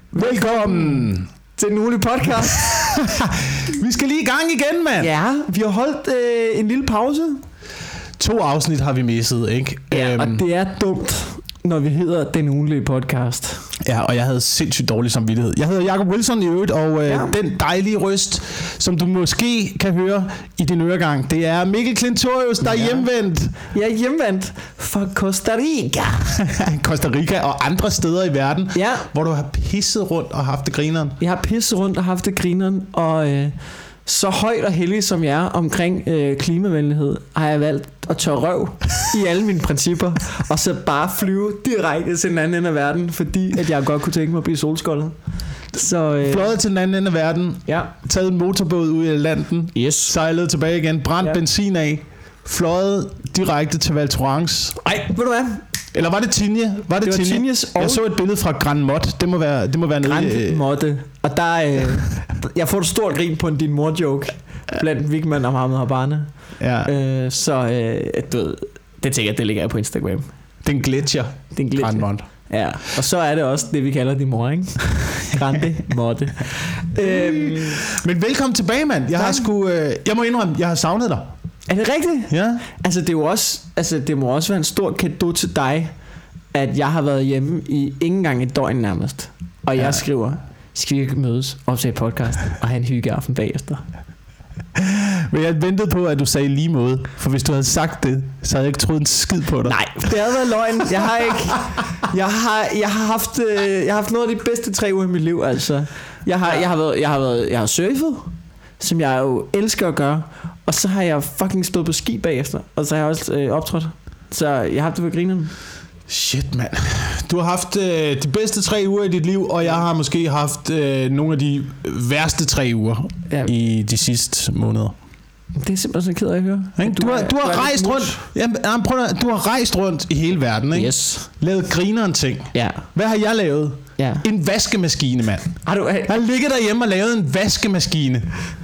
Velkommen til den ugenlige podcast. Vi skal lige i gang igen, mand. Ja, vi har holdt en lille pause. 2 afsnit har vi misset, ikke? Ja, og det er dumt, når vi hedder den ugenlige podcast. Ja, og jeg havde sindssygt dårlig samvittighed. Jeg hedder Jacob Wilson i øvrigt, og den dejlige røst, som du måske kan høre i din øregang, det er Mikkel Klintorius, der er hjemvendt. Jeg er hjemvendt fra Costa Rica. Costa Rica og andre steder i verden, hvor du har pisset rundt og haft det grineren. Jeg har pisset rundt og haft det grineren, og så højt og heldig som jeg er omkring klimavenlighed, har jeg valgt at tørre røv i alle mine principper, og så bare flyve direkte til den anden ende af verden, fordi at jeg godt kunne tænke mig at blive solskoldet. Så fløjet til den anden ende af verden, taget en motorbåd ud i Atlanten, sejlet tilbage igen, brændt benzin af, fløjet direkte til Val Thorens. Ej, ved du hvad? Eller var det Tinje? Var det Tinjes? Jeg så et billede fra Grand Motte. Det må være nede Grand Motte. Og der jeg får et stort grin på en din mor joke blandt Vigman og Mohammed Habane. Ja. Du ved, det tænker jeg, det ligger jeg på Instagram. Det er en gletsjer. Grand Motte. Ja, og så er det også det, vi kalder din mor, ikke? Grande Motte. Men velkommen tilbage, mand. Jeg må indrømme, jeg har savnet dig. Er det rigtigt? Ja. Altså det er jo også, det må også være en stor cadeau til dig, at jeg har været hjemme i ikke engang et døgn nærmest. Og jeg skriver, skal vi ikke mødes og optage podcast og have en hyggeaften bagefter? Men jeg ventede på, at du sagde lige måde. For hvis du havde sagt det, så havde jeg ikke troet en skid på dig. Nej, det havde været løgn. Jeg har haft noget af de bedste 3 uger i mit liv, altså. Jeg har surfet, som jeg jo elsker at gøre. Og så har jeg fucking stået på ski bagefter. Og så har jeg også optrådt. Så jeg har haft det for grinerne. Shit, mand. Du har haft de bedste 3 uger i dit liv, og jeg har måske haft nogle af de værste 3 uger i de sidste måneder. Det er simpelthen så ked af at høre. Du har rejst rundt. Du har rejst rundt i hele verden, ikke? Yes. Lavet grineren ting. Ja. Hvad har jeg lavet? Ja. En vaskemaskine, mand. Jeg har ligget derhjemme og lavet en vaskemaskine.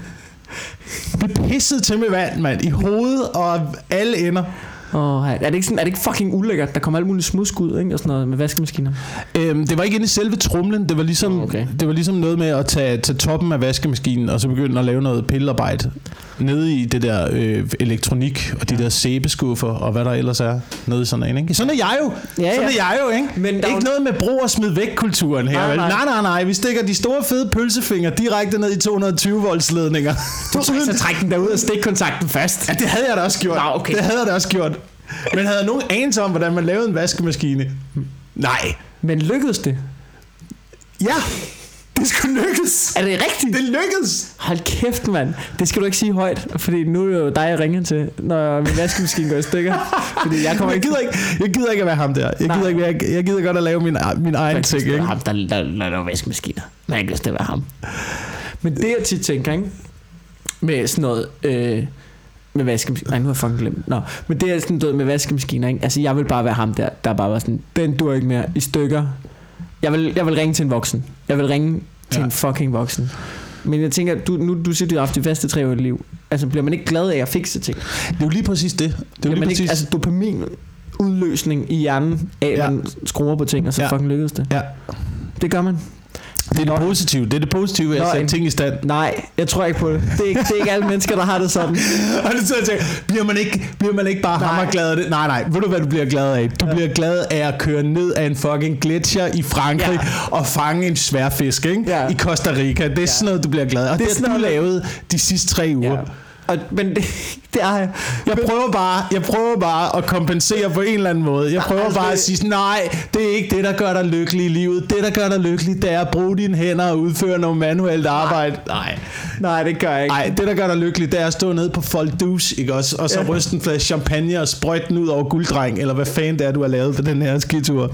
Det er pisset til med vand, mand. I hovedet og alle ender. Er det ikke fucking ulækkert? Der kommer alt muligt smudskud, ikke? Og sådan noget med vaskemaskiner. Det var ikke inde i selve tromlen. Det var ligesom noget med at tage toppen af vaskemaskinen og så begynde at lave noget pillearbejde nede i det der elektronik og de der sæbeskuffer og hvad der ellers er nede i sådan en, ikke? Sådan er jeg jo. Sådan er jeg jo, ikke? Men ikke noget med brug og smid væk kulturen her. Nej. Vi stikker de store fede pølsefingre direkte ned i 220 volts ledninger. Du skal så trække den derud og stikke kontakten fast. Ja, det havde jeg da også gjort. Okay. Det havde jeg da også gjort. Men havde jeg nogen anelse om, hvordan man lavede en vaskemaskine? Nej. Men lykkedes det? Ja, det skulle lykkes. Er det rigtigt? Det lykkedes. Hold kæft, mand. Det skal du ikke sige højt, fordi nu er det jo dig, jeg ringer til, når min vaskemaskine går i stykker. Fordi jeg gider ikke at være ham der. Jeg gider godt at lave min egen ting, ikke? Ham, der laver vaskemaskiner. Men jeg ikke lyst til at være ham. Men det jeg tit tænker, ikke? Med sådan noget... med vaskemaskiner. Nej, nu har jeg fucking glemt. Men det er sådan noget med vaskemaskiner, ikke? Altså jeg vil bare være ham der bare var sådan, den dur ikke mere i stykker. Jeg vil ringe til en voksen. Jeg vil ringe til en fucking voksen. Men jeg tænker, du siger, du har haft de bedste 3 år i dit liv. Altså bliver man ikke glad af at fikse ting? Det er jo lige præcis det. Altså dopamin udløsning i hjernen af at man skruer på ting, og så fucking lykkedes det. Ja. Det gør man. Det er det positive, at sætte ting i stand. Nej, jeg tror ikke på det. Det er ikke alle mennesker, der har det sådan. Og det så jeg tænker, bliver man ikke bare hammerglad af det? Nej. Ved du, hvad du bliver glad af? Du bliver glad af at køre ned af en fucking gletsjer i Frankrig og fange en sværfisk, ikke? Ja. I Costa Rica. Det er sådan noget, du bliver glad af. Og det er sådan, du lavet de sidste 3 uger. Ja. Men det er jeg. Jeg prøver bare at kompensere på en eller anden måde. Jeg prøver bare at sige, nej, det er ikke det, der gør dig lykkelig i livet. Det, der gør dig lykkelig, det er at bruge dine hænder og udføre noget manuelt arbejde. Nej, det gør jeg ikke. Nej, det, der gør dig lykkelig, det er at stå nede på Foldus, ikke også? Og så ryste en flaske champagne og sprøjte den ud over Gulddreng, eller hvad fanden det er, du har lavet på den her skitur.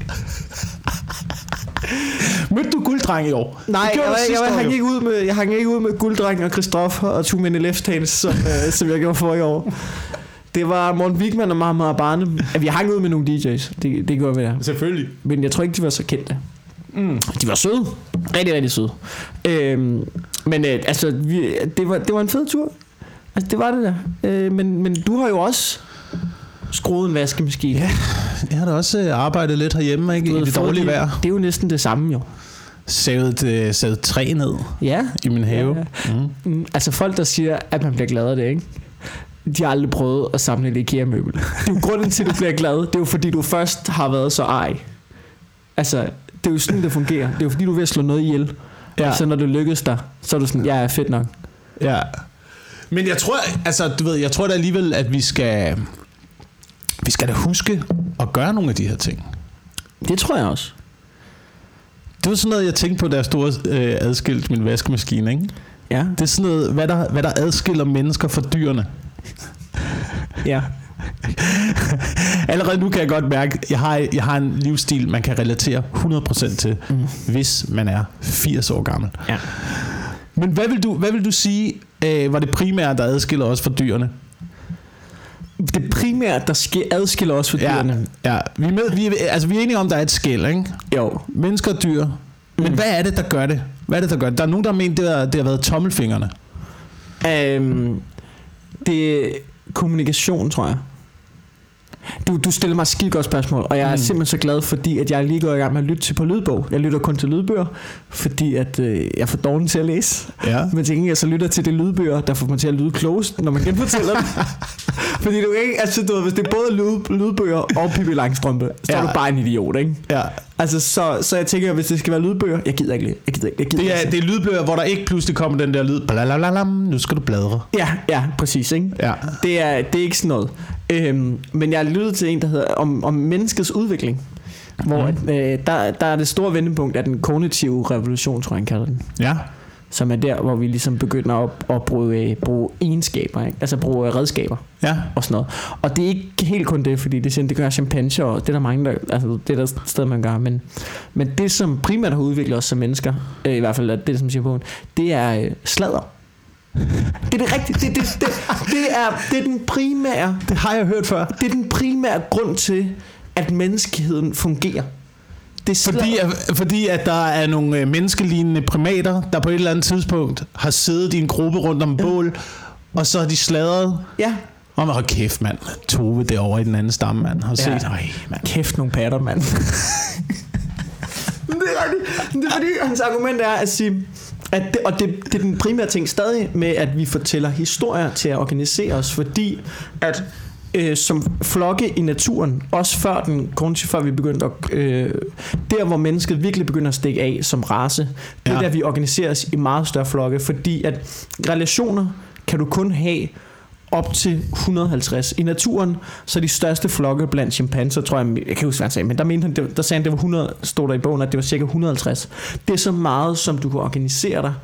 Mødte du Gulddreng i år? Nej, jeg hang ikke ud med Gulddreng og Christoffer og Two Minute Left Hands, som jeg gjorde for i år. Det var Morten Wigman og Mohammed Habane. Vi hang ud med nogle DJ's. Det gjorde vi der. Selvfølgelig. Men jeg tror ikke, de var så kendte. De var søde. Rigtig, rigtig søde. Men det var en fed tur. Altså, det var det der. Men du har jo også skruet en vaskemaskine. Ja, jeg har da også arbejdet lidt herhjemme, ikke? I det dårlige vejr. Det er jo næsten det samme, jo. savet træ ned i min have. Ja. Altså folk, der siger, at man bliver glad af det, ikke? De har aldrig prøvet at samle et IKEA-møbel. Det er jo grunden til, at du bliver glad. Det er jo fordi, du først har været så ej. Altså, det er jo sådan, det fungerer. Det er jo fordi, du er ved at slå noget ihjel. Ja. Og så når det lykkes dig, så er du sådan, ja, fedt nok. Ja. Men jeg tror, altså, jeg tror da alligevel, at vi skal da huske at gøre nogle af de her ting. Det tror jeg også. Det var sådan noget, jeg tænkte på, da jeg stod adskilt min vaskemaskine, ikke? Ja. Det er sådan noget, hvad der adskiller mennesker fra dyrene. Ja. Allerede nu kan jeg godt mærke, at jeg har en livsstil, man kan relatere 100% til, hvis man er 80 år gammel. Ja. Men hvad vil du sige, var det primære, der adskiller os fra dyrene? Det primære, der adskiller os fra dyrene? Ja. Vi er enige om, der er et skel, ikke? Jo. Mennesker og dyr. Men hvad er det, der gør det? Der er nogen, der har ment, det har været tommelfingrene. Det er kommunikation, tror jeg. Du stiller mig et skide godt spørgsmål, og jeg er simpelthen så glad, fordi at jeg lige går i gang med at lytte på lydbog. Jeg lytter kun til lydbøger, fordi at jeg er for dårlig til at læse. Ja. Men til gengæld så lytter til det lydbøger, der får mig til at lyde klogest, når man genfortæller det. Fordi du ikke, altså du ved, hvis det er både lydbøger og Pippi Langstrømpe, så er du bare en idiot, ikke? Ja. Altså så jeg tænker, hvis det skal være lydbøger, jeg gider ikke. Det er lydbøger, hvor der ikke pludselig kommer den der lyd. Blablabla, nu skal du bladre. Ja, præcis, ikke? Ja. Det er ikke sådan noget. Men jeg har lyttet til en, der hedder om menneskets udvikling, hvor der er det store vendepunkt af den kognitive revolution, tror jeg, han kalder den. Ja. Som er der, hvor vi ligesom begynder at bruge egenskaber, ikke? Altså bruge redskaber og sådan noget. Og det er ikke helt kun det, fordi det gør chimpanser, og det er der mange, altså det er der sted, man gør. Men det, som primært har udviklet os som mennesker, i hvert fald det, som siger på, det er sladder. Det er det rigtige. Det er den primære. Det har jeg hørt før. Det er den primære grund til, at menneskeheden fungerer. Fordi at der er nogle menneskelignende primater, der på et eller andet tidspunkt har siddet i en gruppe rundt om bål, og så har de sladret. Ja. Og man har kæft, mand. Tove derovre i den anden stamme, mand. Har set, mand. Kæft nogle patter, mand. Det er rigtigt. Det er fordi, hans argument er at sige, det er den primære ting stadig med, at vi fortæller historier til at organisere os, fordi at som flokke i naturen, også før vi begyndte at der hvor mennesket virkelig begynder at stikke af som race, det er der vi organiseres i meget større flokke, fordi at relationer kan du kun have op til 150. I naturen, så de største flokke blandt chimpanser, tror jeg kan huske, hvad han sagde, men der mente han, der sagde han, det var 100, stod der i bogen, at det var cirka 150. Det er så meget, som du kan organisere dig.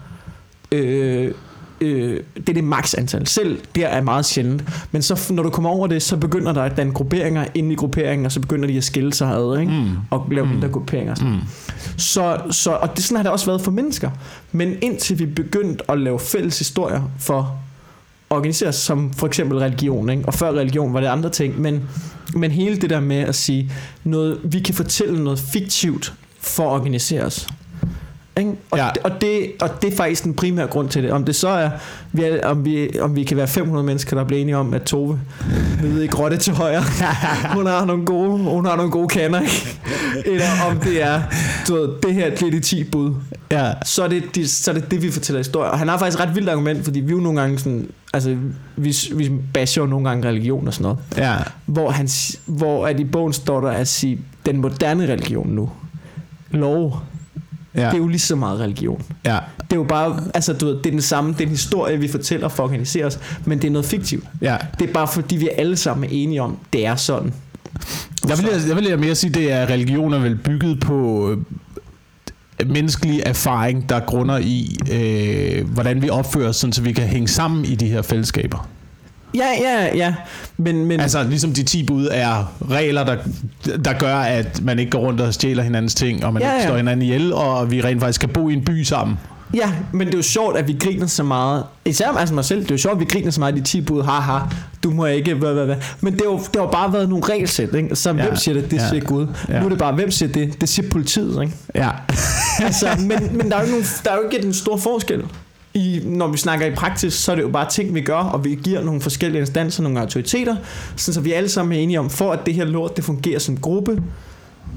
Det er det maks antal. Selv der er meget sjældent. Men så når du kommer over det, så begynder der at danne grupperinger inde i grupperingen, og så begynder de at skille sig ad, ikke? Og lave mindre grupperinger. Så, og det sådan har det også været for mennesker. Men indtil vi begyndte at lave fælles historier for organiseres som for eksempel religion, ikke? Og før religion var det andre ting, men hele det der med at sige noget, vi kan fortælle noget fiktivt for at organisere os. Og det er faktisk den primære grund til det. Om det så er om vi kan være 500 mennesker, der bliver enige om, at Tove nede i grotte til højre hun har nogle gode kander, ikke? Eller om det er det her, det er de 10 bud. Så er det vi fortæller historier. Og han har faktisk ret vildt argument, fordi vi jo nogle gange sådan, altså vi basher jo nogle gange religion og sådan noget. Hvor at i bogen står der at sige den moderne religion nu, lov. Det er jo lige så meget religion. Det er jo bare, altså du ved, det er den samme, det er en historie vi fortæller for at organisere os, men det er noget fiktivt. Det er bare fordi vi alle sammen er enige om, det er sådan. Jeg vil mere sige, det er religioner vel bygget på menneskelig erfaring, der grunder i hvordan vi opfører os, sådan så vi kan hænge sammen i de her fællesskaber. Ja. Men altså ligesom de 10 bud er regler, der gør, at man ikke går rundt og stjæler hinandens ting, og man ikke slår hinanden ihjel, og vi rent faktisk kan bo i en by sammen. Ja, men det er jo sjovt, at vi griner så meget. Især altså mig selv, det er jo sjovt, at vi griner så meget i de 10 bud. Haha, du må ikke, Men det har jo bare været nogle regelsæt, ikke? Så hvem siger det? Det siger Gud. Nu er det bare, hvem siger det? Det siger politiet, ikke? Ja. Altså, men der er jo ikke en stor forskel. Når vi snakker i praksis, så er det jo bare ting vi gør, og vi giver nogle forskellige instanser, nogle autoriteter, så vi alle sammen er enige om, for at det her lort det fungerer som gruppe,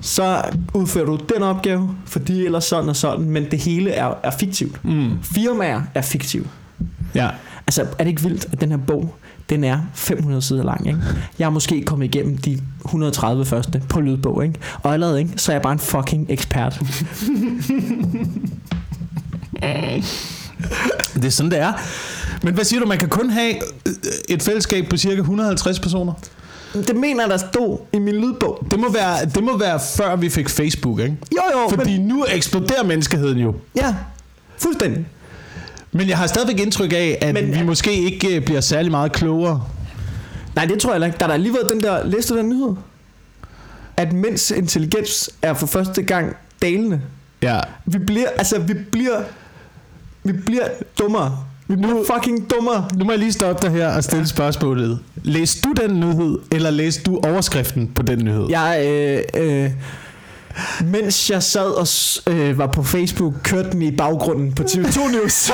så udfører du den opgave, fordi eller sådan og sådan, men det hele er fiktivt. Firmaer er fiktive. Ja. Altså, er det ikke vildt, at den her bog, den er 500 sider lang, ikke? Jeg har måske kommet igennem de 130 første på lydbog, ikke? Og allerede, ikke? Så er jeg bare en fucking ekspert. Det er sådan, det er. Men hvad siger du, man kan kun have et fællesskab på cirka 150 personer? Det mener der stod i min lydbog. Det må være før vi fik Facebook, ikke? Jo. Fordi nu eksploderer menneskeheden jo. Ja, fuldstændig. Men jeg har stadigvæk indtryk af, at vi måske ikke bliver særlig meget klogere. Nej, det tror jeg ikke. Der er lige været den der, læste du den nyhed? At mænds intelligens er for første gang dalende. Ja. Vi bliver dummere. Vi bliver fucking dummere. Nu må jeg lige stoppe dig her og stille spørgsmålet. Læste du den nyhed, eller læste du overskriften på den nyhed? Mens jeg sad og var på Facebook, kørte den i baggrunden på TV2 News.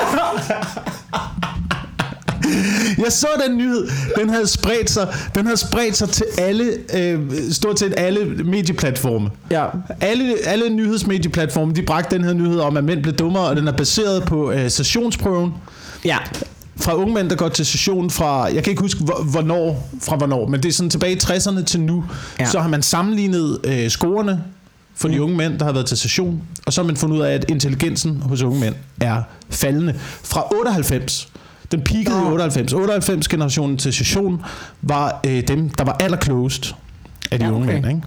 Jeg så den nyhed. Den havde spredt sig til alle, stort set alle medieplatforme. Ja. Alle nyhedsmedieplatforme, de bragte den her nyhed om, at mænd blev dummere, og den er baseret på sessionsprøven. Ja. Fra unge mænd, der går til session fra, jeg kan ikke huske hvornår, men det er sådan tilbage i 60'erne til nu. Ja. Så har man sammenlignet scorerne for de unge mænd, der har været til session, og så har man fundet ud af, at intelligensen hos unge mænd er faldende. Fra 98, den peakede i 98. 98-generationen til session var dem, der var allerklogest af de unge mænd, ikke?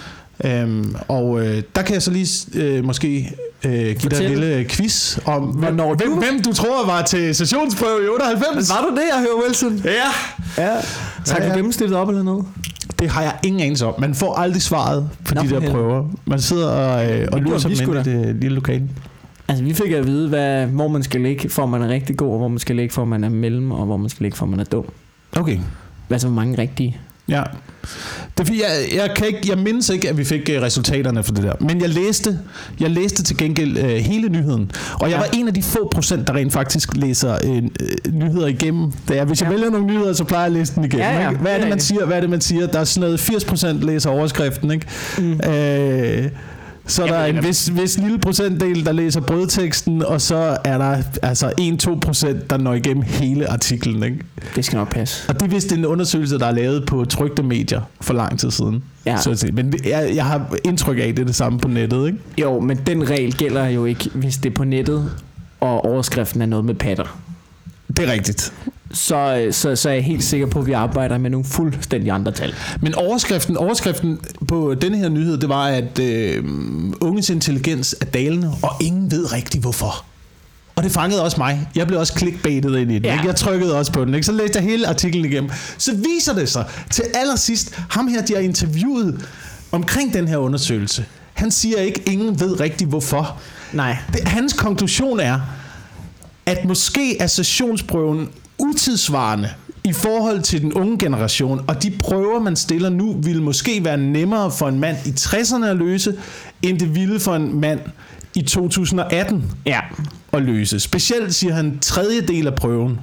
Der kan jeg så lige måske give dig en lille quiz om hvem du tror var til sessionsprøve i 98. Var du det, jeg hører Wilson? Ja. Tager du gennemsnittet op eller noget? Det har jeg ingen anelse om. Man får aldrig svaret på de der prøver. Man sidder og lurer sig med i det lille lokale. Altså vi fik at vide, hvor man skal ligge, for man er rigtig god, og hvor man skal ligge, for man er mellem, og hvor man skal ligge, for man er dum. Okay. Altså hvor mange rigtige. Ja. Det er fordi, jeg mindes ikke, at vi fik resultaterne for det der. Men jeg læste til gengæld hele nyheden. Og jeg var en af de få procent, der rent faktisk læser nyheder igennem. Hvis jeg vælger nogle nyheder, så plejer jeg at læse den igennem. Ja. Hvad er det, man siger? Der er sådan noget 80% læser overskriften, ikke? Så der er en vis lille procentdel, der læser brødteksten, og så er der altså 1-2%, der når igennem hele artiklen, ikke? Det skal nok passe. Og det er vist en undersøgelse, der er lavet på trykte medier for lang tid siden. Ja. Men jeg har indtryk af, at det er det samme på nettet, ikke? Jo, men den regel gælder jo ikke, hvis det er på nettet, og overskriften er noget med patter. Det er rigtigt. Så er jeg helt sikker på, at vi arbejder med nogle fuldstændig andre tal. Men overskriften på denne her nyhed, det var, at unges intelligens er dalende, og ingen ved rigtigt hvorfor. Og det fangede også mig. Jeg blev også clickbaitet ind i den. Ja. Jeg trykkede også på den. Ikke? Så læste jeg hele artiklen igennem. Så viser det sig til allersidst, ham her, de har interviewet omkring den her undersøgelse. Han siger ikke, ingen ved rigtigt hvorfor. Nej. Hans konklusion er, at måske er sessionsprøven utidsvarende i forhold til den unge generation, og de prøver, man stiller nu, ville måske være nemmere for en mand i 60'erne at løse, end det ville for en mand i 2018 at løse. Specielt, siger han, tredjedel af prøven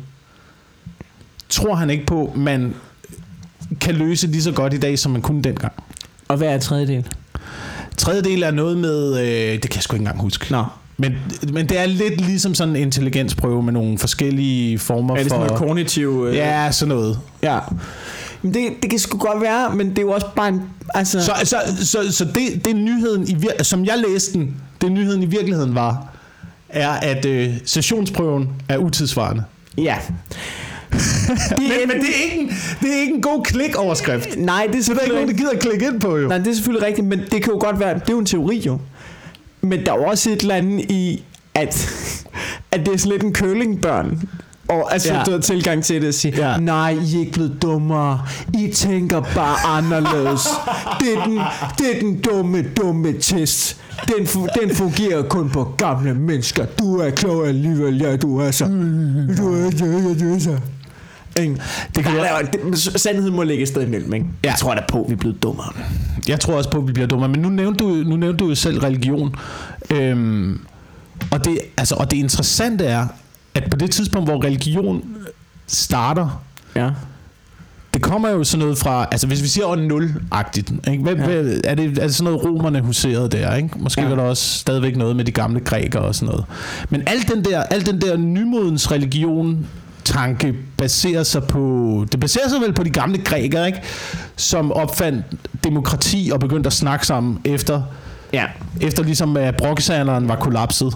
tror han ikke på, man kan løse lige så godt i dag, som man kunne dengang. Og hvad er tredjedel? Tredjedel er noget med, det kan jeg sgu ikke engang huske. Nå. Men det er lidt ligesom sådan en intelligensprøve med nogle forskellige former for... Er det sådan noget kognitiv... Ja, sådan noget. Ja. Men det kan sgu godt være, men det er jo også bare en... Altså... Så det nyheden, som jeg læste den, det nyheden i virkeligheden var, er, at sessionsprøven er utidsvarende. Ja. Men det er ikke en god klik-overskrift. Nej, det er så der er ikke nogen, der gider at klikke ind på, jo. Nej, det er selvfølgelig rigtigt, men det kan jo godt være... Det er jo en teori, jo. Men der er også et eller andet i, at det er sådan lidt en curlingbørn. Og altså tilgang til det at sige, nej, I er ikke blevet dummere. I tænker bare anderledes. Det er den dumme test. Den fungerer kun på gamle mennesker. Du er klog alligevel, ja, du er så. Det kan sandheden må ligge et sted imellem, ikke? Jeg tror da på, at vi er blevet dummere. Jeg tror også på, at vi bliver dummere. Men nu nævnte du jo selv religion. Og det interessante er, at på det tidspunkt, hvor religion starter, det kommer jo sådan noget fra, altså hvis vi siger år 0-agtigt, ikke? Er det sådan noget romerne huserede der, ikke? Måske var der også stadigvæk noget med de gamle grækere og sådan noget. Men al den der nymodens religion tanke baserer sig vel på de gamle grækere, ikke? Som opfandt demokrati og begyndte at snakke sammen efter ligesom at bronzealderen var kollapset.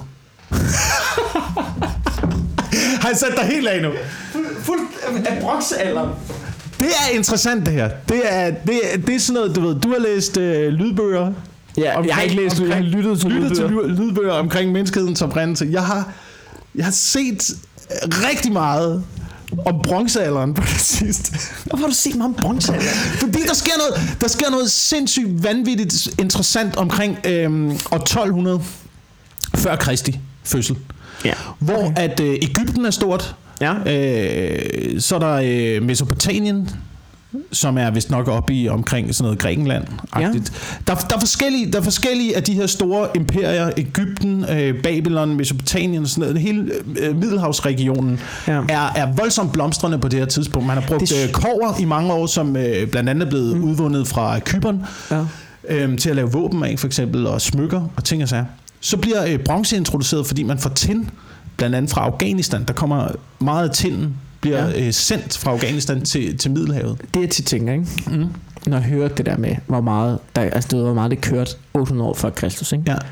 Har jeg sat dig helt af nu? Fuld af bronzealderen. Det er interessant det her. Det er sådan noget, du ved. Du har læst lydbøger. Ja, jeg har ikke læst lydbøger. Jeg har lyttet til lydbøger omkring menneskehedens oprindelse. Jeg har set rigtig meget om bronzealderen på det sidste. Hvorfor har du set meget om bronzealderen? Fordi der sker noget sindssygt vanvittigt interessant omkring år 1200 før Kristi fødsel. Ja. Hvor at Egypten er stort. Ja. Så er der Mesopotamien, som er vist nok oppe i omkring sådan noget Grækenland-agtigt. Ja. Der er forskellige af de her store imperier, Egypten, Babylon, Mesopotamien og sådan noget. Hele Middelhavsregionen er voldsomt blomstrende på det her tidspunkt. Man har brugt kobber i mange år, som blandt andet er blevet udvundet fra Cypern til at lave våben af, for eksempel, og smykker og ting og sager. Så bliver bronze introduceret, fordi man får tin, blandt andet fra Afghanistan. Der kommer meget af tinden, bliver sendt fra Afghanistan til Middelhavet. Det er til ting, ikke? Mm. Når jeg hører det der med, hvor meget det kørte 800 år før Kristus, ikke? Ja.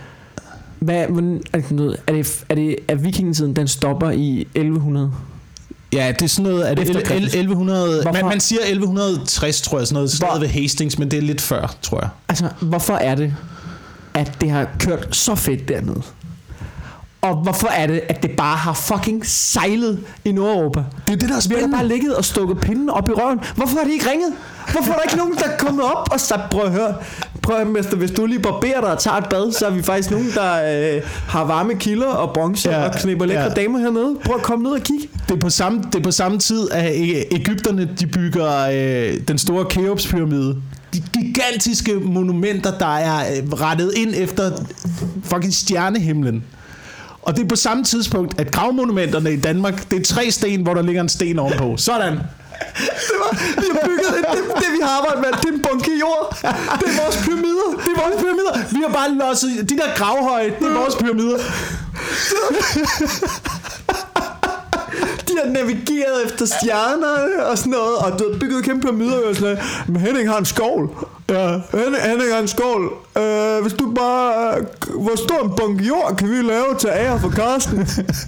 Er vikingetiden, den stopper i 1100? Ja, det er sådan noget, 1100. Man siger 1160, tror jeg, sådan noget ved Hastings, men det er lidt før, tror jeg. Altså, hvorfor er det, at det har kørt så fedt dernede? Og hvorfor er det, at det bare har fucking sejlet i Nordeuropa? Det er det, der er spændende. Vi har bare ligget og stukket pinden op i røven. Hvorfor har de ikke ringet? Hvorfor er der ikke nogen, der er kommet op og sagt, prøv at høre, mester, hvis du lige barberer dig og tager et bad, så er vi faktisk nogen, der har varme kilder og bronze og knipper lækre damer hernede. Prøv at komme ned og kigge. Det er på samme tid, at Egypterne, de bygger den store Keops-pyramide. De gigantiske monumenter, der er rettet ind efter fucking stjernehimlen. Og det er på samme tidspunkt, at gravmonumenterne i Danmark, det er 3 sten, hvor der ligger en sten ovenpå. Sådan. Vi har bygget det vi har arbejdet med, det er en bunke jord. Det er vores pyramider. Vi har bare losset de der gravhøje, det er vores pyramider. De har navigeret efter stjernerne og sådan noget, og du har bygget kæmpe pyramider og sådan noget. Men Henning har en skovl. Ja, Henning har en skovl. Hvis du bare... hvor stor en bunke jord kan vi lave til ære for Karsten?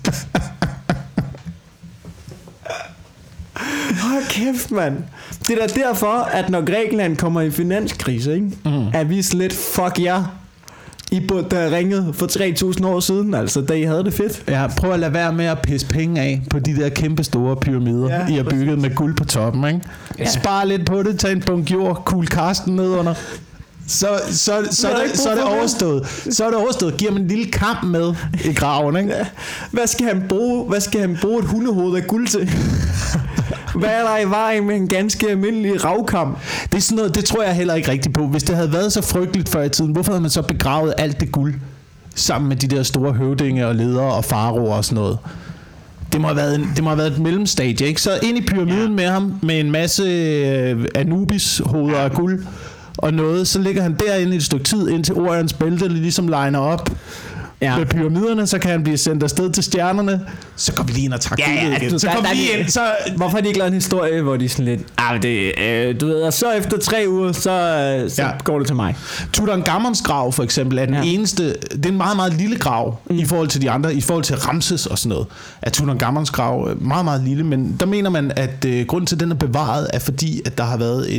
Hold kæft, mand. Det er derfor, at når Grækenland kommer i finanskrise, ikke? Er vi slet fuck jer. Der ringede for 3.000 år siden, altså da I havde det fedt. Ja, prøv at lade være med at pisse penge af på de der kæmpe store pyramider, I har bygget med guld på toppen, ikke? Ja. Spar lidt på det, tag en bunke jord, kugle Karsten ned under. Så er det overstået. Så er det overstået. Giver man en lille kamp med i graven, ikke? Ja. Hvad skal han bruge et hundehoved af guld til? Hvad er der i vejen med en ganske almindelig ravkamp? Det er sådan noget, det tror jeg heller ikke rigtigt på. Hvis det havde været så frygteligt før i tiden, hvorfor havde man så begravet alt det guld sammen med de der store høvdinge og ledere og faraoer og sådan noget? Det må have været et mellemstadie, ikke? Så ind i pyramiden med ham med en masse Anubis hoveder af guld og noget, så ligger han derinde et stykke tid, indtil Orions bælte ligesom liner op med pyramiderne, så kan han blive sendt afsted til stjernerne. Så går vi lige ind og tager igen. Så kommer vi ind. Hvorfor har de ikke lavet en historie, hvor de sådan lidt... du ved, og så efter 3 uger, så går det til mig. Tutankhamons grav for eksempel er den eneste... Det er en meget, meget lille grav i forhold til de andre, i forhold til Ramses og sådan noget. Er Tutankhamons grav meget, meget lille, men der mener man, at grunden til, at den er bevaret, er fordi, at der har været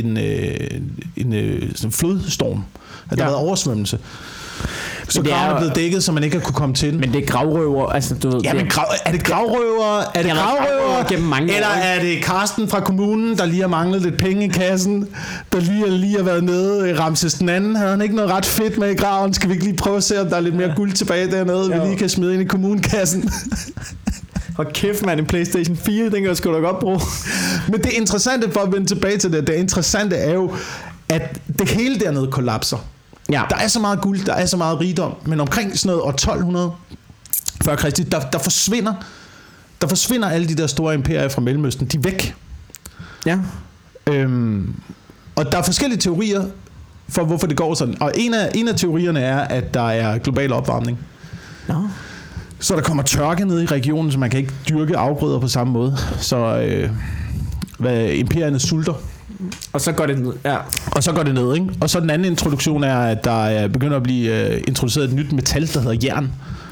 en flodstorm. At der har været oversvømmelse. Så graven er blevet dækket, så man ikke har kunne komme til den. Men det er gravrøver, altså du ved. Ja, men er det gravrøver? Eller er det Karsten fra kommunen, der lige har manglet lidt penge i kassen, der lige har været nede? Ramses den anden, havde han ikke noget ret fedt med i graven? Skal vi ikke lige prøve at se, om der er lidt mere guld tilbage dernede, vi lige kan smide ind i kommunekassen? Og kæft, man, en PlayStation 4, den kan jeg sgu da godt bruge. Men det interessante, for at vende tilbage til det interessante er jo, at det hele dernede kollapser. Ja. Der er så meget guld, der er så meget rigdom, men omkring sådan noget år 1200 før Kristi, der forsvinder alle de der store imperier fra Mellemøsten, de er væk. Ja. Og der er forskellige teorier for, hvorfor det går sådan. Og en af teorierne er, at der er global opvarmning. No. Så der kommer tørke ned i regionen, så man kan ikke dyrke afgrøder på samme måde. Så imperierne sulter. Og så går det ned, ja. Og så går det ned, ikke? Og så den anden introduktion er, at der begynder at blive introduceret et nyt metal, der hedder jern.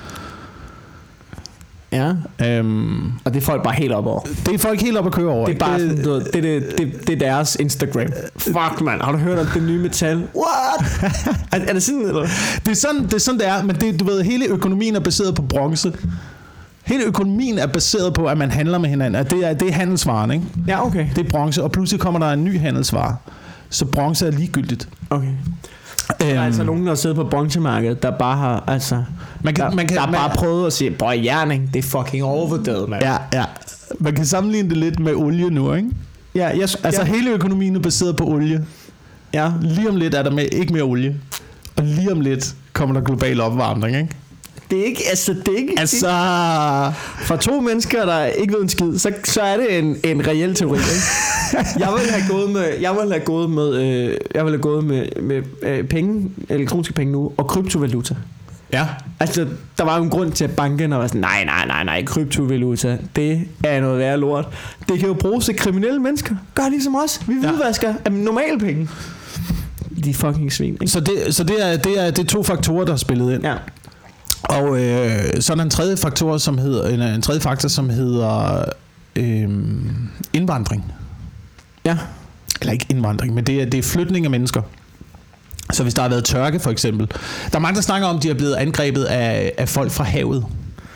Ja. Og det er folk bare helt op over. Det er folk helt op at køre over. Det er bare sådan, det er deres Instagram. Fuck, man. Har du hørt om det nye metal? What? er det sådan, eller? Det er sådan, det er. Men du ved, hele økonomien er baseret på bronze. Hele økonomien er baseret på, at man handler med hinanden. Det er handelsvaren, ikke? Ja, okay. Det er bronze, og pludselig kommer der en ny handelsvare. Så bronze er ligegyldigt. Okay. Der er altså nogen, der sidder på bronzemarkedet, der bare har, altså... Man bare prøvet at sige, boy, jern, det er fucking overvurderet, mand. Ja. Man kan sammenligne det lidt med olie nu, ikke? Ja, hele økonomien er baseret på olie. Ja. Lige om lidt er der ikke mere olie. Og lige om lidt kommer der global opvarmning, ikke? Det er ikke, altså for to mennesker, der ikke ved en skid, så er det en reel teori, ikke? Jeg ville have gået med penge, elektroniske penge nu, og kryptovaluta. Ja. Altså, der var jo en grund til, at bankerne var sådan, nej, kryptovaluta, det er noget værre lort. Det kan jo bruges til kriminelle mennesker. Gør ligesom os. Vi hvidvasker af normale penge. De er fucking svin, ikke? Så det er to faktorer, der har spillet ind. Ja. Og så er der en tredje faktor, som hedder indvandring. Ja. Eller ikke indvandring, men det er flytning af mennesker. Så hvis der har været tørke for eksempel. Der er mange, der snakker om, at de er blevet angrebet af folk fra havet.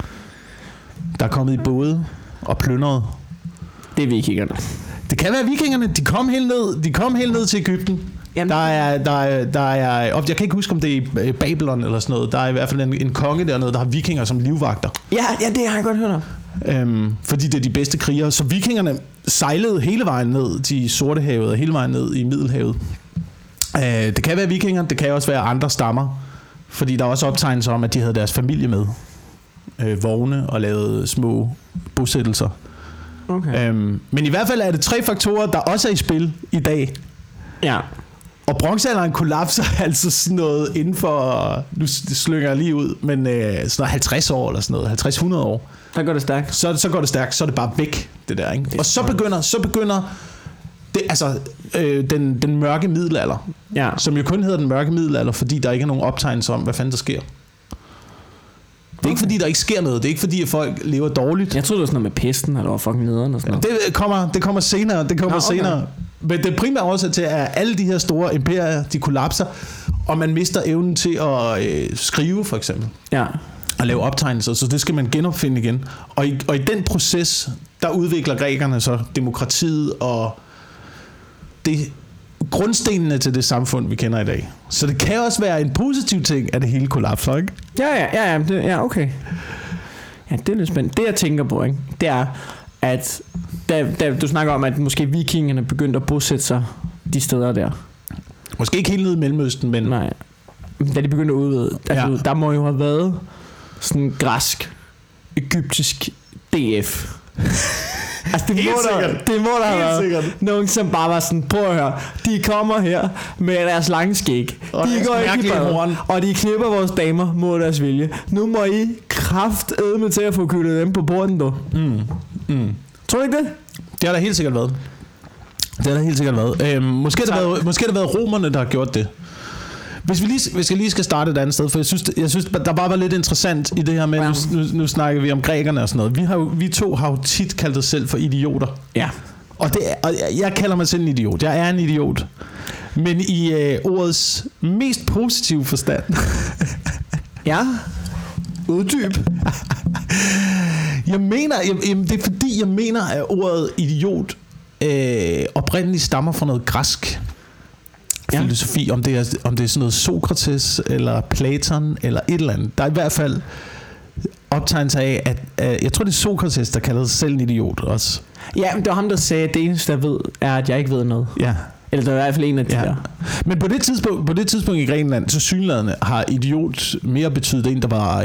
Der er kommet i både og plyndret. Det er vikingerne. Det kan være vikingerne. De kom helt ned til Egypten. Jamen. Der er jeg kan ikke huske, om det er Babylon eller sådan noget. Der er i hvert fald en konge dernede, der har vikinger som livvagter. Ja, det har jeg godt hørt om. Fordi det er de bedste krigere. Så vikingerne sejlede hele vejen ned til Sortehavet og hele vejen ned i Middelhavet. Det kan være vikinger, det kan også være andre stammer. Fordi der er også optegnelser om, at de havde deres familie med. Vogne og lavede små bosættelser. Okay. Men i hvert fald er det 3 faktorer, der også er i spil i dag. Ja. Og bronzealderen kollapser altså sådan noget inden for, nu slynger jeg lige ud, men sådan noget 50 år eller sådan noget, 50-100 år. Der går det stærkt. Så går det stærkt, så er det bare væk, det der, ikke? Og så begynder det, altså den mørke middelalder, som jo kun hedder den mørke middelalder, fordi der ikke er nogen optegnelser om, hvad fanden der sker. Det er ikke fordi, der ikke sker noget. Det er ikke fordi, at folk lever dårligt. Jeg troede, det var sådan noget med pesten, eller var fucking nederen og sådan noget. Det kommer senere. Senere. Men det primære årsag til, at alle de her store imperier, de kollapser, og man mister evnen til at skrive, for eksempel. Ja. Og lave optegnelser, så det skal man genopfinde igen. Og i den proces, der udvikler grækerne så demokratiet og det grundstenene til det samfund, vi kender i dag. Så det kan også være en positiv ting, at det hele kollapser, ikke? Ja, okay. Ja, det er lidt spændende. Det jeg tænker på, ikke, det er, at da du snakker om, at måske vikingerne begyndte at bosætte sig de steder der. Måske ikke helt nede i Mellemøsten, men... Nej, da de begyndte at udvide. Altså, der må jo have været sådan græsk, egyptisk DF. Altså det må der have været nogen, som bare var sådan, prøv at høre, de kommer her med deres lange skæg, og de går ikke i bad, og de knipper vores damer mod deres vilje. Nu må I kraftedme til at få kyldet dem på porten, du. Tror du ikke det? Det har der helt sikkert været. Måske har det været romerne, der har gjort det. Hvis vi lige skal starte et andet sted, for jeg synes der bare var lidt interessant i det her med, nu snakker vi om grækerne og sådan noget. Vi to har jo tit kaldt os selv for idioter. Ja. Og jeg kalder mig selv en idiot. Jeg er en idiot. Men i ordets mest positive forstand. Ja. Uddyb. Det er fordi, jeg mener, at ordet idiot oprindeligt stammer fra noget græsk. Filosofi, om det er sådan noget Sokrates eller Platon eller et eller andet. Der er i hvert fald optegnelser af, at jeg tror det er Sokrates, der kalder sig selv en idiot også. Ja, men det var ham, der sagde, at det eneste jeg ved er, at jeg ikke ved noget. Ja. Eller der er i hvert fald en af de der. Men på det tidspunkt i Grækenland, så synlædende har idiot mere betydet en, der var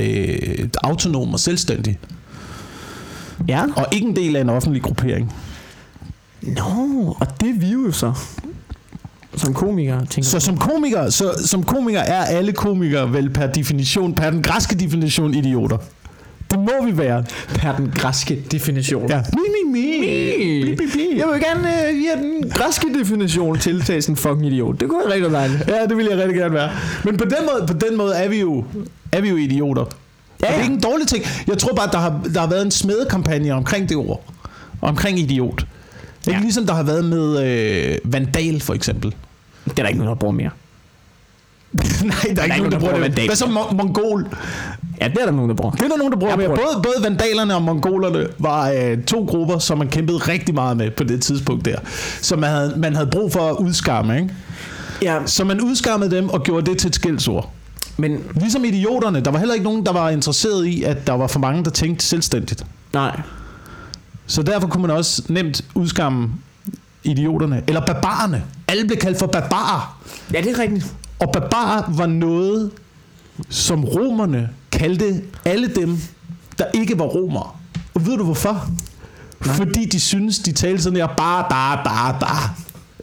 autonom og selvstændig. Ja. Og ikke en del af en offentlig gruppering. Og det er vi jo så. Som komikere, tænker så som komiker er alle komikere vel per den græske definition idioter. Det må vi være. Per den græske definition. Ja. Jeg vil gerne via den græske definition tiltage sådan en fucking idiot. Det kunne jeg rigtig dejligt. Ja, det vil jeg rigtig gerne være. Men på den måde er vi jo idioter. Ja. Og det er ikke en dårlig ting. Jeg tror bare, der har været en smedekampagne omkring det ord. Omkring idiot. Ikke ligesom der har været med vandal for eksempel. Det er der ikke nogen, der bruger mere. Nej, der er ikke nogen, der bruger det. Hvad så mongol? Ja, det er der nogen, der bruger. Det er der nogen, der bruger mere. Både vandalerne og mongolerne var 2 grupper, som man kæmpede rigtig meget med på det tidspunkt der. Så man havde brug for at udskamme, ikke? Ja. Så man udskammede dem og gjorde det til et skældsord. Men ligesom idioterne, der var heller ikke nogen, der var interesseret i, at der var for mange, der tænkte selvstændigt. Nej. Så derfor kunne man også nemt udskamme idioterne. Eller barbarerne. Alle blev kaldt for barbarer. Ja, det er rigtigt. Og barbarer var noget, som romerne kaldte alle dem, der ikke var romere. Og ved du hvorfor? Nej. Fordi de synes, de talte sådan her bare.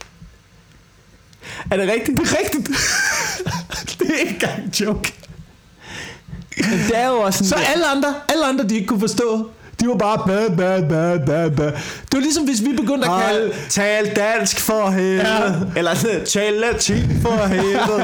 Er det rigtigt? Det er rigtigt. Det er ikke engang en joke. Det er jo også så alle andre, de ikke kunne forstå, de var bare ba. Det var ligesom hvis vi begyndte at kalde tal dansk for helvede. Ja. Eller tal latin for helvede.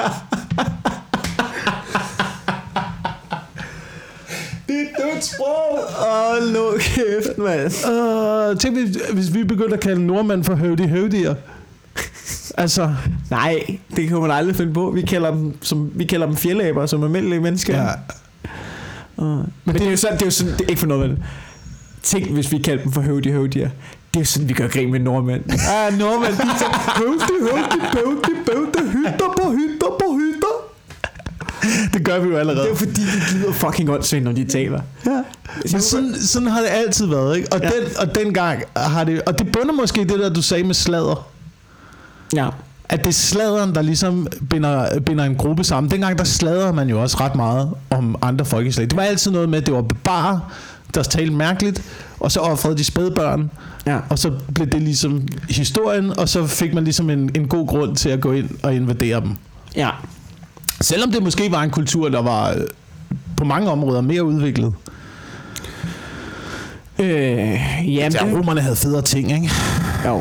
Det er dødsprog. Nu kæft, mand. Tænk hvis vi begyndte at kalde nordmænd for høvdiger. Altså, nej, det kan man aldrig finde på. Vi kalder dem fjeldaber, som almindelige mennesker. Ja. Men det er jo sådan, det er ikke for noget med det. Tænk, hvis vi kalder dem for høvdiger. Det er jo sådan, vi gør grin med nordmænd. Nordmænd, de er hytter på hytter. Det gør vi jo allerede. Det er jo fordi, de glider fucking åndssvagt, når de taler. Ja. Men sådan har det altid været, ikke? Og dengang har det... Og det bunder måske det der, du sagde med sladder. Ja. At det er sladderen, der ligesom binder en gruppe sammen. Dengang der sladrede man jo også ret meget om andre folkeslag. Det var altid noget med, at det var barbarer, der talte mærkeligt, og så offrede de spædbørn. Ja. Og så blev det ligesom historien, og så fik man ligesom en god grund til at gå ind og invadere dem. Ja. Selvom det måske var en kultur, der var på mange områder mere udviklet. Romerne havde federe ting, ikke? Jo.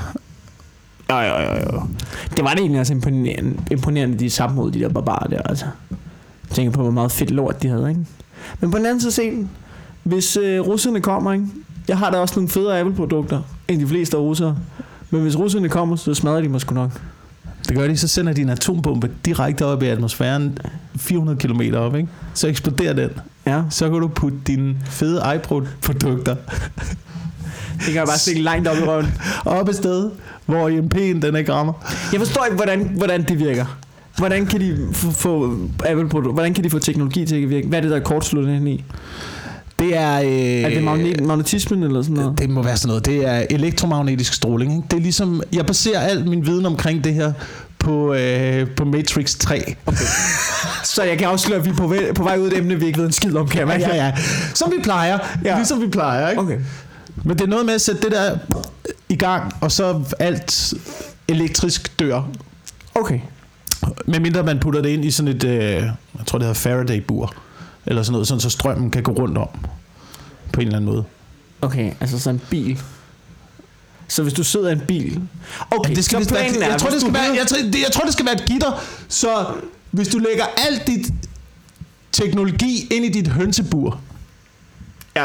Jo. Det var det egentlig også imponerende de samme mod de der barbarer der, altså. Jeg tænker på, hvor meget fedt lort de havde, ikke? Men på den anden side, hvis russerne kommer, ikke? Jeg har da også nogle federe Apple-produkter end de fleste af russere. Men hvis russerne kommer, så smadrer de mig sgu nok. Det gør de, så sender de en atombombe direkte op i atmosfæren 400 km op, ikke? Så eksploderer den. Ja. Så kan du putte dine fede iPod-produkter. Det kan jeg bare stikke langt op i røven. Op et sted, hvor EMP'en den ikke rammer. Jeg forstår ikke, hvordan det virker. Hvordan kan de få Apple-produkter? Hvordan kan de få teknologi til at virke? Hvad er det, der er kortsluttet ind i? Det er... er det magnetismen eller sådan noget? Det må være sådan noget. Det er elektromagnetisk stråling, ikke? Det er ligesom... Jeg baserer alt min viden omkring det her på Matrix 3. Okay. Så jeg kan afsløre, at vi er på vej ud af et emne, vi ikke ved en skid om, kan man? Ja. Som vi plejer. Ja. Ligesom vi plejer, ikke? Okay. Men det er noget med at sætte det der i gang, og så alt elektrisk dør. Okay. Medmindre man putter det ind i sådan et, jeg tror det hedder Faraday-bur, eller sådan noget, sådan så strømmen kan gå rundt om, på en eller anden måde. Okay, altså sådan en bil. Så hvis du sidder i en bil... Okay, det skal, jeg tror, det skal være et gitter, så hvis du lægger alt dit teknologi ind i dit hønsebur... Ja...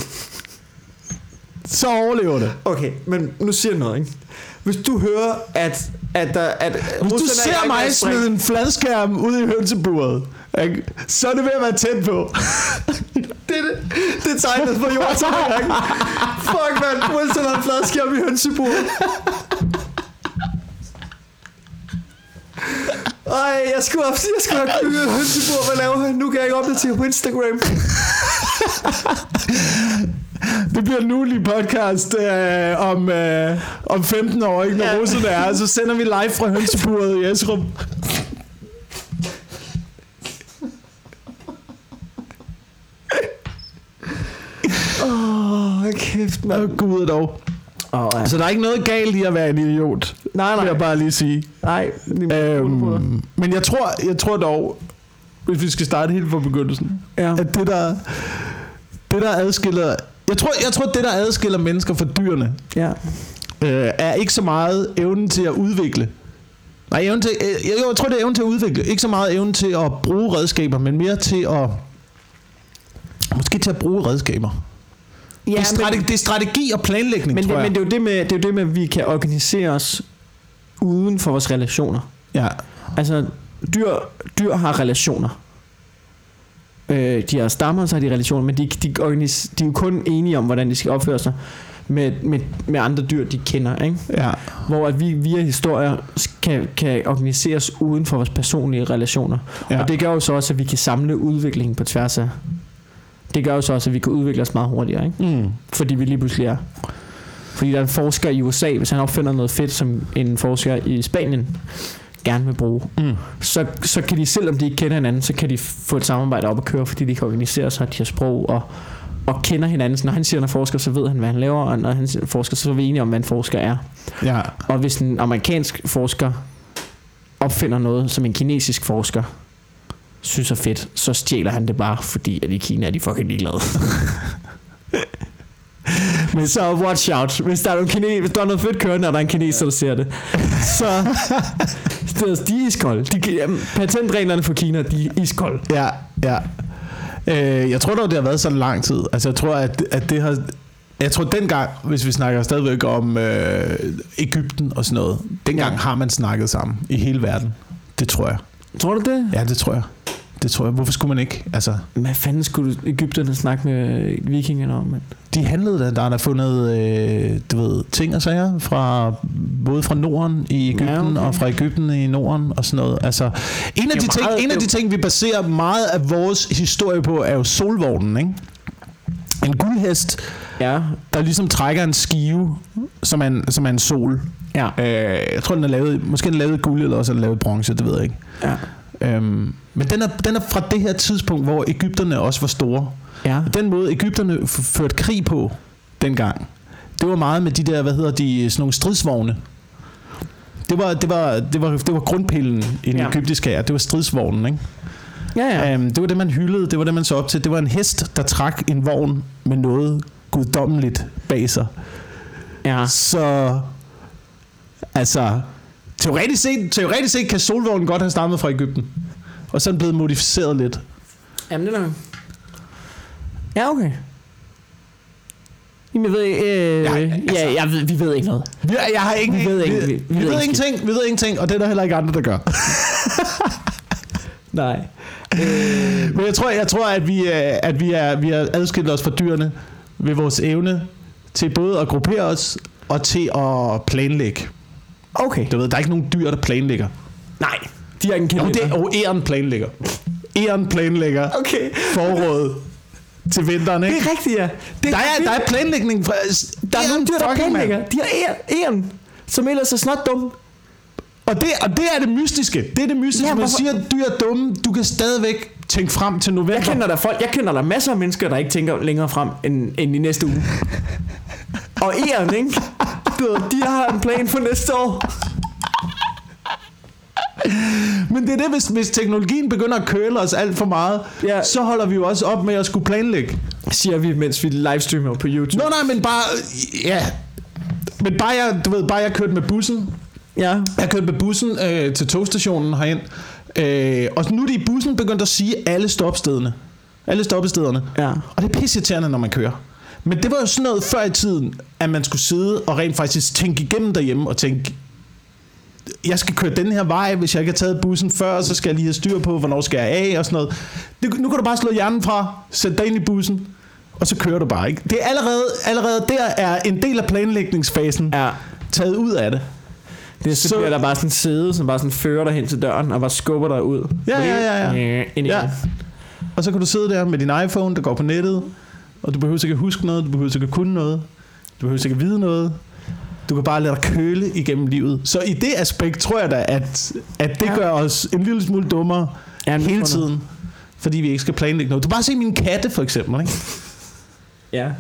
så overlever det. Okay, men nu siger jeg noget, ikke? Hvis du hører, at hvis du ser mig smide en fladskærm ud i hønseburet, ikke? Så er det ved at være tæt på. det er tegnet på jordtegn, ikke? Fuck, man. Wilson har en fladskærm i hønseburet. Ej, jeg skulle have bygget et hønsebur. Hvad laver han? Nu kan jeg ikke opdatere på Instagram. Det bliver en ugenlig podcast om 15 år, ikke? Når russerne er. Så sender vi live fra hønseburet i Esrum. Kæft, man. Gud dog. Så der er ikke noget galt i at være en idiot. Nej. Vil jeg bare lige sige. Nej. Men jeg tror dog, hvis vi skal starte helt fra begyndelsen, at det der adskiller... Jeg tror, det der adskiller mennesker fra dyrene, er ikke så meget evnen til at udvikle. Nej, jeg tror, det er evnen til at udvikle. Ikke så meget evnen til at bruge redskaber, men mere til at... Måske til at bruge redskaber. Ja, det er strategi og planlægning, tror jeg. Men det er jo det med, at vi kan organisere os uden for vores relationer. Ja. Altså, dyr har relationer. De har stammer, så har de relationer, men de er jo kun enige om, hvordan de skal opføre sig med andre dyr, de kender, ikke? Ja. Hvor at vi via historier kan organiseres uden for vores personlige relationer. Ja. Og det gør jo så også, at vi kan samle udviklingen på tværs af. Det gør jo så også, at vi kan udvikle os meget hurtigere, ikke? Fordi vi lige pludselig er. Fordi der er en forsker i USA, hvis han opfinder noget fedt, som en forsker i Spanien gerne vil bruge, så kan de, selvom de ikke kender hinanden, så kan de få et samarbejde op at køre, fordi de kan organisere sig, de har sprog og kender hinanden. Så når han siger, han forsker, så ved han, hvad han laver, og når han forsker, så er vi enige om, hvad en forsker er. Ja. Og hvis en amerikansk forsker opfinder noget, som en kinesisk forsker synes er fedt, så stjæler han det bare, fordi at i Kina er de fucking ligeglade. Men så watch out. Hvis der er noget fedt kørende, og der er en kineser, der ser det, så de er iskolde. Patentreglerne for Kina, de er iskolde. Ja. Jeg tror dog, det har været så lang tid. Altså, jeg tror, at det har... Jeg tror, dengang, hvis vi snakker stadigvæk om Egypten og sådan noget, dengang har man snakket sammen i hele verden. Det tror jeg. Tror du det? Ja, det tror jeg. Hvorfor skulle man ikke? Altså, hvad fanden skulle Egypterne snakke med vikingerne om? Man? De handlede der er fundet ting og sager både fra Norden i Egypten og fra Egypten i Norden og sådan noget. Altså, en af de ting vi baserer meget af vores historie på, er jo solvognen, ikke? En guldhest, der ligesom trækker en skive, som er en sol. Ja. Jeg tror, den er lavet, måske den er lavet guld, eller også er den lavet bronze, det ved jeg ikke. Ja. Men den er fra det her tidspunkt, hvor Egypterne også var store. Ja. Den måde Egypterne førte krig på dengang, det var meget med de der, sådan nogle stridsvogne. Det var grundpillen i den egyptiske hær. Det var stridsvognen, ikke? Ja. Det var det, man hyldede. Det var det, man så op til. Det var en hest, der trak en vogn med noget guddommeligt bag sig. Ja. Så altså teoretisk set kan solvognen godt have stammet fra Egypten, og så er den blevet modificeret lidt. Jamen det er nok. Ja, okay. Jamen, jeg ved vi ved ikke noget. Jeg har ikke. Vi ved ingenting, og det er der heller ikke andre, der gør. Nej. Men jeg tror, at vi har adskilt os fra dyrene ved vores evne til både at gruppere os og til at planlægge. Okay. Du ved, der er ikke nogen dyr, der planlægger. Nej, de har ingen kalender. Og æren planlægger. Æren planlægger. Okay. Foråret til vinteren, ikke? Det er rigtigt, ja. Der er planlægning. Der er nogle dyr, der planlægger. De har æren, som ellers er snot dumme. Og det er det mystiske. Det er det mystiske. Man siger, at dyr er dumme. Du kan stadigvæk tænke frem til november. Jeg kender der masser af mennesker, der ikke tænker længere frem end i næste uge. Og æren, ikke? De har en plan for næste år. Men det er det, hvis teknologien begynder at køle os alt for meget, så holder vi jo også op med at skulle planlægge. Siger vi, mens vi livestreamer på YouTube. Nej, men bare... Ja. Men bare jeg kørte med bussen. Ja. Jeg kørte med bussen til togstationen herind. Og nu er de i bussen begyndt at sige alle stoppestederne. Ja. Og det er pisseirriterende, når man kører. Men det var jo sådan noget før i tiden, at man skulle sidde og rent faktisk tænke igennem derhjemme og tænke, jeg skal køre den her vej, hvis jeg ikke har taget bussen før, så skal jeg lige have styr på, hvornår skal jeg af og sådan noget. Nu kan du bare slå hjernen fra, sætte dig ind i bussen, og så kører du bare, ikke? Det er allerede der er en del af planlægningsfasen taget ud af det. Så bliver der bare sådan en sæde, som bare sådan fører dig hen til døren og bare skubber dig ud. Ja. Og så kan du sidde der med din iPhone, der går på nettet, og du behøver ikke at huske noget, du behøver ikke at kunne noget, du behøver ikke at vide noget. Du kan bare lade dig køle igennem livet. Så i det aspekt tror jeg da, at det gør os en lille smule dummere hele tiden, fordi vi ikke skal planlægge noget. Du kan bare se mine katte for eksempel, ikke? Ja.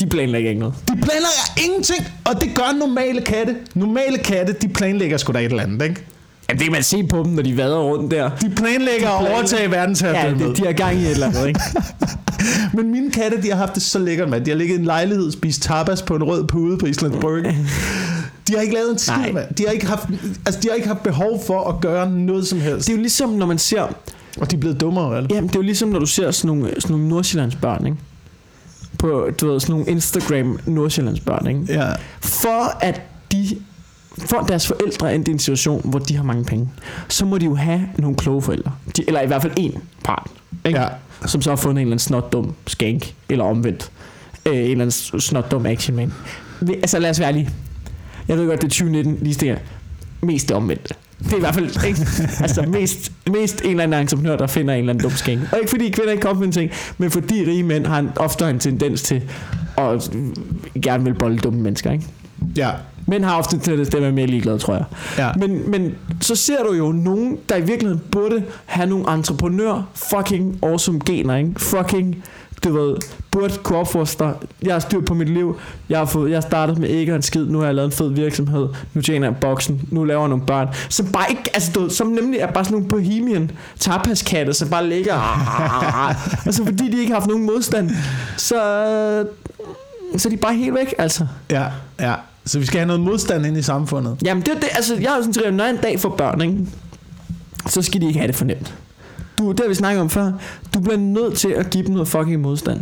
De planlægger ikke noget. De planlægger ingenting, og det gør normale katte. Normale katte, de planlægger sgu da et eller andet, ikke? Jamen, det kan man se på dem, når de vader rundt der. De planlægger at overtage verdensherredømmet. Ja, de har gang i et eller andet, ikke? Men mine katte, de har haft det så lækkert, mand. De har ligget i en lejlighed og spist tapas på en rød pude på Islands Brygge. De har ikke lavet en skid, mand. De har ikke haft behov for at gøre noget som helst. Det er jo ligesom, når man ser... Og de er blevet dummere, eller? Jamen, det er jo ligesom, når du ser sådan nogle Nordsjællands børn, ikke? På, du ved, sådan nogle Instagram Nordsjællands børn, ikke? Ja. For deres forældre er i en situation, hvor de har mange penge, så må de jo have nogle kloge forældre. Eller i hvert fald en part, ikke? Ja. Som så har fundet en eller anden snotdum skank, eller omvendt. En eller anden snotdum action man. Altså lad os være lige. Jeg ved godt, det er 2019, lige det her. Mest det omvendte. Det er i hvert fald ikke, altså mest en eller anden entreprenør, der finder en eller anden dum skænk. Og ikke fordi kvinder ikke kommer med en ting, men fordi rige mænd har ofte en tendens til at gerne vil bolde dumme mennesker, ikke? Ja. Mænd har ofte til det, der er mere ligeglade, tror jeg. Ja. Men så ser du jo nogen, der i virkeligheden burde have nogle entreprenør fucking awesome gener, ikke? Fucking, du ved, burde kunne opfostre. Jeg har styr på mit liv. Jeg har startet med ikke en skid. Nu har jeg lavet en fed virksomhed. Nu tjener jeg boksen. Nu laver jeg nogle børn. Som bare ikke, altså du ved, som nemlig er bare sådan nogle bohemian tapaskatte, som bare ligger. Altså fordi de ikke har haft nogen modstand, så er de bare helt væk, altså. Ja, ja. Så vi skal have noget modstand ind i samfundet. Jamen det er det, altså jeg har jo sådan set, når jeg en dag for børn, ikke, så skal de ikke have det for nemt. Det har vi snakket om før. Du bliver nødt til at give dem noget fucking modstand.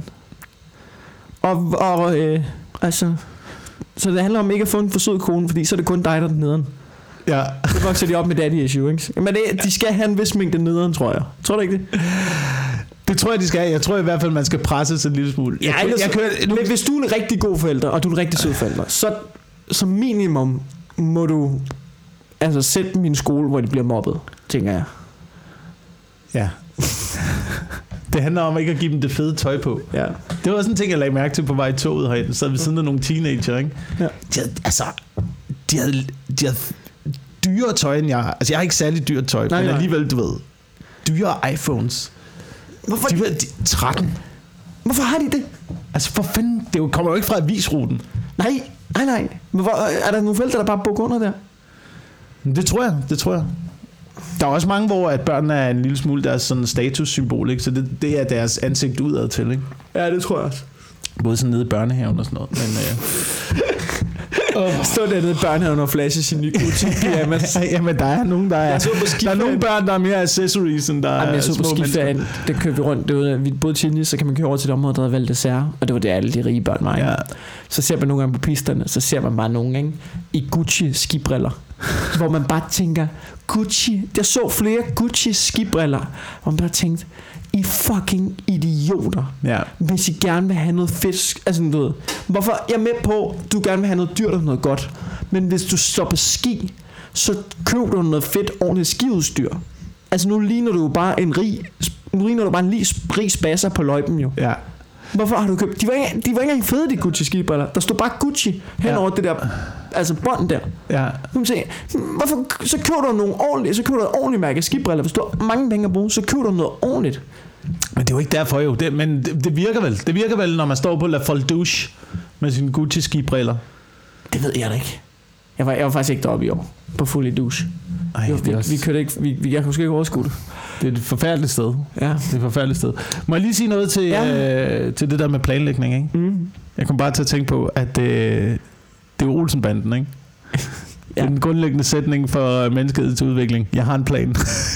Altså, så det handler om ikke at få en for sød kone, fordi så er det kun dig, der er nederen. Ja. Så vokser de op med daddy issue, ikke? Men de skal have en vis mængde nederen, tror jeg. Tror du ikke det? Det tror jeg, de skal. Jeg tror i hvert fald, man skal presse sig en lille smule. Men hvis du er en rigtig god forælder, og du er en rigtig sød forælder, så som minimum må du altså sætte dem i en skole, hvor de bliver mobbet, tænker jeg. Ja. Det handler om ikke at give dem det fede tøj på. Ja. Det var også en ting, jeg lagde mærke til på vej i toget herinde. Så ved siden af nogle teenager, ikke? Ja. De havde dyre tøj, end jeg har. Altså, jeg har ikke særlig dyrt tøj, men alligevel, du ved, dyre iPhones. Hvorfor? De 13. Hvorfor har de det? Altså, for fanden, det kommer jo ikke fra avisruten. Nej. Men er der nogle forældre, der bare bukker under der? Det tror jeg. Der er også mange, hvor at børn er en lille smule deres sådan statussymbol, ikke? Så det er deres ansigt udad til, ikke? Ja, det tror jeg også. Både sådan nede i børnehaven og sådan noget. Men stå dernede i børnehaven og flashe sin nye Gucci-pyjamas. Jamen, der er nogen, der er nogle børn, der er mere accessories, end der er små mennesker. Det kører vi rundt. Vi boede i Chile, så kan man køre over til et område, der hedder Val d'Isère, og det var det, alle de rige børn var. Ja. Så ser man nogle gange på pisterne, så ser man bare nogen, ikke? I Gucci-skibriller. Hvor man bare tænker, Gucci. Jeg så flere Gucci-skibriller, hvor man bare tænkte, I fucking idioter. Ja. Hvis I gerne vil have noget fedt. Altså du ved, hvorfor jeg er med på, du gerne vil have noget dyrt og noget godt, men hvis du står på ski, så køb du noget fedt ordentligt skiudstyr. Altså nu ligner du bare en rig spasser på løjpen jo. Ja. Hvorfor har du købt? De var ikke engang fede, de Gucci-skibriller. Der stod bare Gucci hen over det der, altså bånd der. Ja. Hvorfor så køber du nogle ordentlige, så køber du et ordentligt mærke skibriller. Hvis du har mange penge at bruge, så køber du noget ordentligt. Men det er jo ikke derfor jo. Men det virker vel. Det virker vel, når man står på La Folle Douche med sine Gucci-skibriller. Det ved jeg da ikke. Jeg var faktisk ikke deroppe i år på Folle Douche. Vi kørte ikke. Jeg kunne sgu ikke overskue det. Det er et forfærdeligt sted. Ja. Det er et forfærdeligt sted. Må jeg lige sige noget til det der med planlægning, ikke? Mm. Jeg kom bare til at tænke på, at det er Olsenbanden, ikke? Ja. Det er den grundlæggende sætning for menneskets udvikling. Jeg har en plan.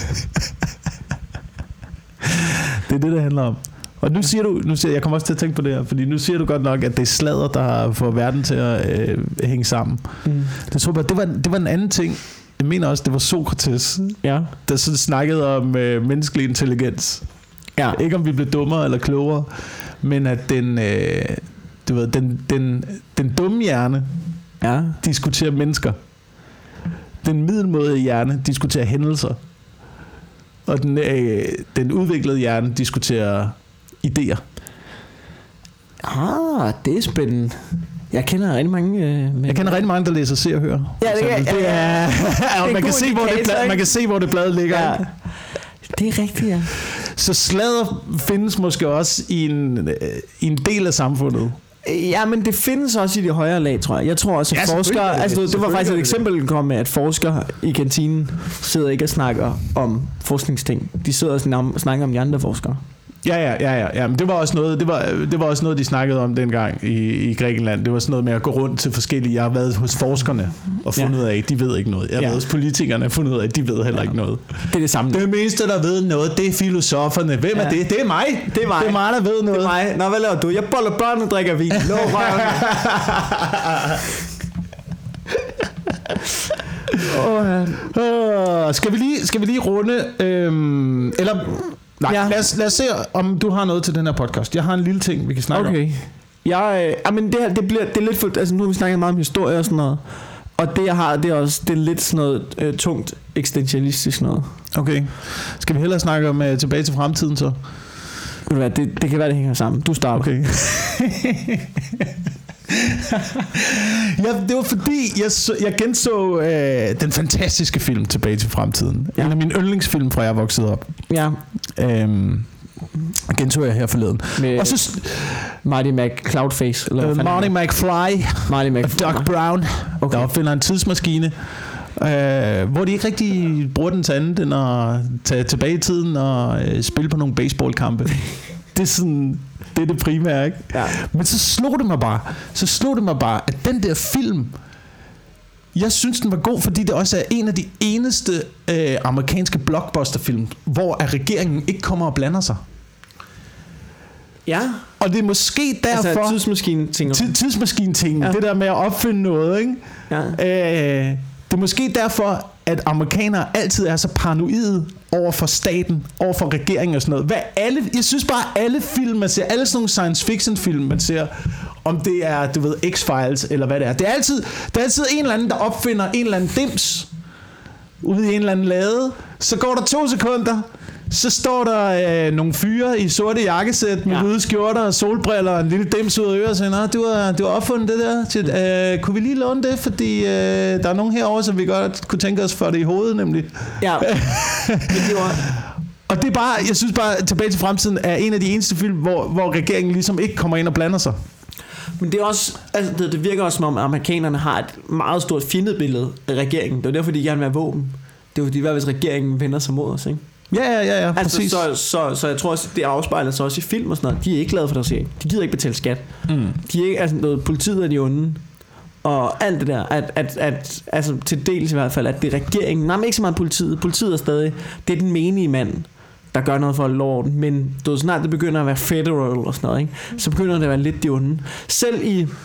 Det er det, det handler om. Og nu siger jeg kommer også til at tænke på det her, fordi nu siger du godt nok, at det er sladder, der får verden til at hænge sammen. Mm. Det var en anden ting. Jeg mener også, det var Sokrates, der sådan snakkede om menneskelig intelligens. Ja. Ikke om vi blev dummere eller klogere, men at den dumme hjerne diskuterer mennesker. Den middelmådige hjerne diskuterer hændelser. Og den udviklede hjerne diskuterer idéer. Det er spændende. Jeg kender rigtig mange, der læser Se og Hør. Ja, det er man kan se, hvor det blad ligger. Ja. Det er rigtigt, ja. Så sladder findes måske også i en del af samfundet. Ja, men det findes også i de højere lag, tror jeg. Jeg tror også, at forskere... Altså, det var faktisk et eksempel, der kom med, at forskere i kantinen sidder ikke og snakker om forskningsting. De sidder og snakker om de andre forskere. Ja, men det var også noget de snakkede om dengang i Grækenland. Det var sådan noget med at gå rundt til forskellige. Jeg har været hos forskerne og fundet ud af, at de ved ikke noget. Jeg har været hos politikerne og fundet ud af, at de ved heller ikke noget. Det er det samme. Det eneste, der ved noget, det er filosoferne. Hvem er det? Det er mig. Det er mig, der ved noget. Det er mig. Nå, hvad laver du? Jeg boller børn og drikker vin. Lå røven. Skal vi lige runde eller nej, lad os se om du har noget til den her podcast. Jeg har en lille ting vi kan snakke om. Men det er lidt for, altså nu har vi snakket meget om historie og sådan noget. Og det jeg har, det er lidt sådan noget tungt eksistentialistisk noget. Okay. Skal vi hellere snakke om tilbage til fremtiden så? Ved du hvad, det kan være det hænger sammen. Du starter. Okay. Det var fordi jeg genså den fantastiske film Tilbage til fremtiden. En af mine yndlingsfilm fra jeg voksede op. Ja. Genså jeg her forleden. Og så Marty McCloudface eller Marty McFly Doc Brown, der opfinder en tidsmaskine, hvor de ikke rigtig bruger den til andet end at tage tilbage i tiden og spille på nogle baseballkampe. Det er sådan, det er det primære, ikke? Ja. Men så slog det mig bare, at den der film, jeg synes den var god, fordi det også er en af de eneste amerikanske blockbusterfilm, hvor regeringen ikke kommer og blander sig. Ja. Og det er måske derfor... Altså tidsmaskine-ting. Det der med at opfinde noget, ikke? Ja. Det er måske derfor, at amerikanere altid er så paranoide over for staten, over for regeringen og sådan noget. Jeg synes bare, alle film, man ser, alle sådan nogle science fiction film, man ser, om det er, du ved, X-Files eller hvad det er. Det er altid en eller anden, der opfinder en eller anden dims ude i en eller anden lade. Så går der 2 sekunder, så står der nogle fyre i sorte jakkesæt med hvide skjorter og solbriller og en lille dims ud af øret og siger, du har opfundet det der. Kunne vi lige låne det? Fordi der er nogen herovre, som vi godt kunne tænke os for det i hovedet, nemlig. Ja. Og det er bare, jeg synes bare, Tilbage til fremtiden er en af de eneste film, hvor regeringen ligesom ikke kommer ind og blander sig. Men det er også, altså det virker også som om amerikanerne har et meget stort fjendebillede af regeringen. Det er derfor de gerne vil have våben. Det er jo fordi, hvis regeringen vender sig mod os, ikke? Ja, præcis. Altså, så jeg tror også, det afspejler sig også i film og sådan noget. De er ikke glade for deres regering. De gider ikke betale skat. De er ikke, altså noget, politiet er de onde. Og alt det der, at altså til dels i hvert fald, at det er regeringen. Nej, men ikke så meget politiet. Politiet er stadig, det er den menige mand, der gør noget for at lov orden. Men du ved, snart det begynder at være federal og sådan noget, ikke? Så begynder det at være lidt de onde. Selv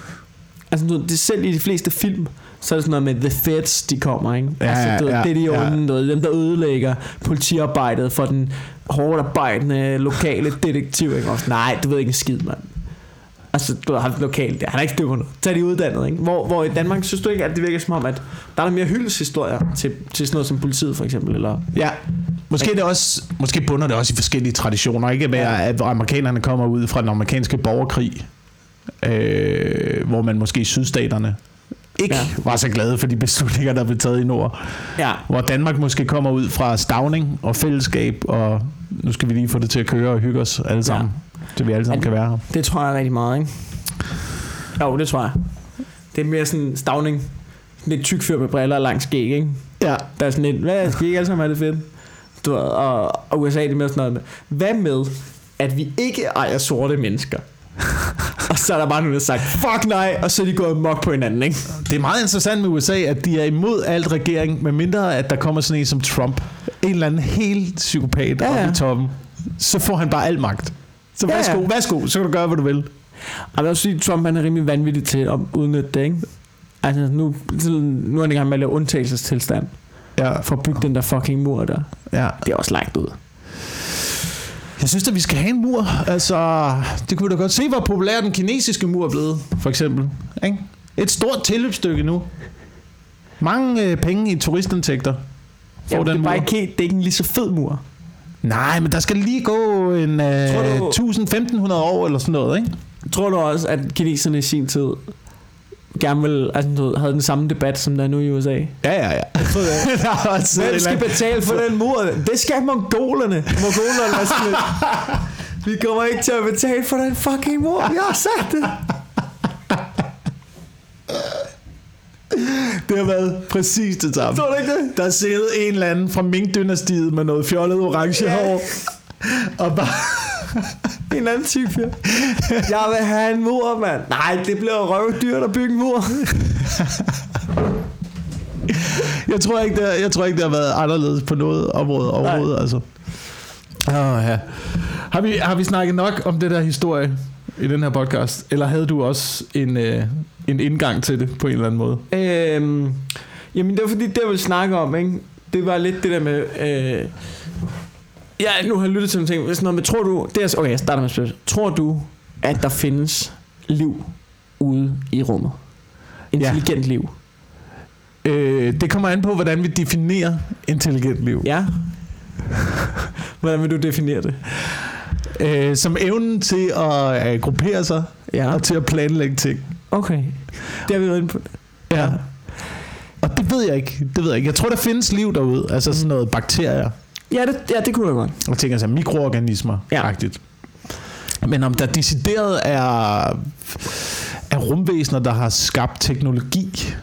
i de fleste film, så er det sådan noget med the feds, de kommer, ikke? Det er de onde, dem der ødelægger politiarbejdet for den hårdt arbejdende lokale detektiv, ikke? Og nej, du ved ikke en skid, mand. Altså, du har haft lokalt der. Han er ikke styr på noget. Så er de uddannet, ikke? Hvor i Danmark, synes du ikke, at det virker som om, at der er mere hyldeshistorier til sådan noget som politiet, for eksempel? Eller? Ja. Måske bunder det også i forskellige traditioner, ikke? Med at amerikanerne kommer ud fra den amerikanske borgerkrig, hvor man måske i sydstaterne ikke var så glade for de beslutninger, der blev taget i nord. Ja. Hvor Danmark måske kommer ud fra stauning og fællesskab, og nu skal vi lige få det til at køre og hygge os alle sammen. Så vi alle sammen kan være her. Det tror jeg rigtig meget, ikke? Jo, det tror jeg. Det er mere sådan stauning. Lidt tyk fyr med briller og lang skæg, ikke? Ja. Der er sådan lidt, hvad skal ikke alle sammen have det fedt? Og USA det er mere sådan noget. Hvad med, at vi ikke ejer sorte mennesker? Og så er der bare nogen, der har sagt fuck nej, og så er de gået mok på hinanden, ikke? Det er meget interessant med USA, at de er imod alt regering, med mindre at der kommer sådan en som Trump, en eller anden helt psykopat oppe i toppen, så får han bare al magt. Så værsgo, så kan du gøre, hvad du vil. Jeg vil også sige, at Trump han er rimelig vanvittig til at udnytte det, ikke? Altså nu er han i gang med at lave undtagelsestilstand for at bygge den der fucking mur der. Ja. Det er også langt ud. Jeg synes at vi skal have en mur. Altså, det kunne du godt se, hvor populær den kinesiske mur er blevet, for eksempel. Ikke? Et stort tilløbsstykke nu. Mange penge i turistindtægter. Det er ikke en lige så fed mur. Nej, men der skal lige gå en 1.500 år eller sådan noget, ikke? Tror du også, at kineserne i sin tid gerne vil, altså, havde den samme debat, som der er nu i USA? Ja. Hvem skal betale for den mur? Det skal mongolerne. Mongolerne er sådan, vi kommer ikke til at betale for den fucking mur. Vi har sagt det. Det har været præcis det samme. Tror du ikke det? Der er siddet en eller anden fra Ming-dynastiet med noget fjollet orange hår. Og bare... en anden type. Jeg vil have en mur, mand. Nej, det bliver røvdyrt at bygge en mur. Jeg tror ikke, det har været anderledes på noget område overhovedet. Altså. Ja. Har vi snakket nok om det der historie i den her podcast? Eller havde du også en indgang til det på en eller anden måde? Jamen det var fordi, det jeg ville snakke om, ikke? Det var lidt det der med... nu har jeg lyttet til nogle ting. Sådan noget med, tror du... Okay, jeg starter med at spørge. Tror du, at der findes liv ude i rummet? Intelligent liv? Det kommer an på, hvordan vi definerer intelligent liv. Ja. Hvordan vil du definere det? Som evnen til at gruppere sig og til at planlægge ting. Okay. Det har vi været inde på. Ja. Og det ved jeg ikke. Jeg tror, der findes liv derude. Altså sådan noget bakterier. Ja, det kunne jeg godt. Og tænker sig mikroorganismer. Rigtigt. Men om der decideret er rumvæsener, der har skabt teknologi.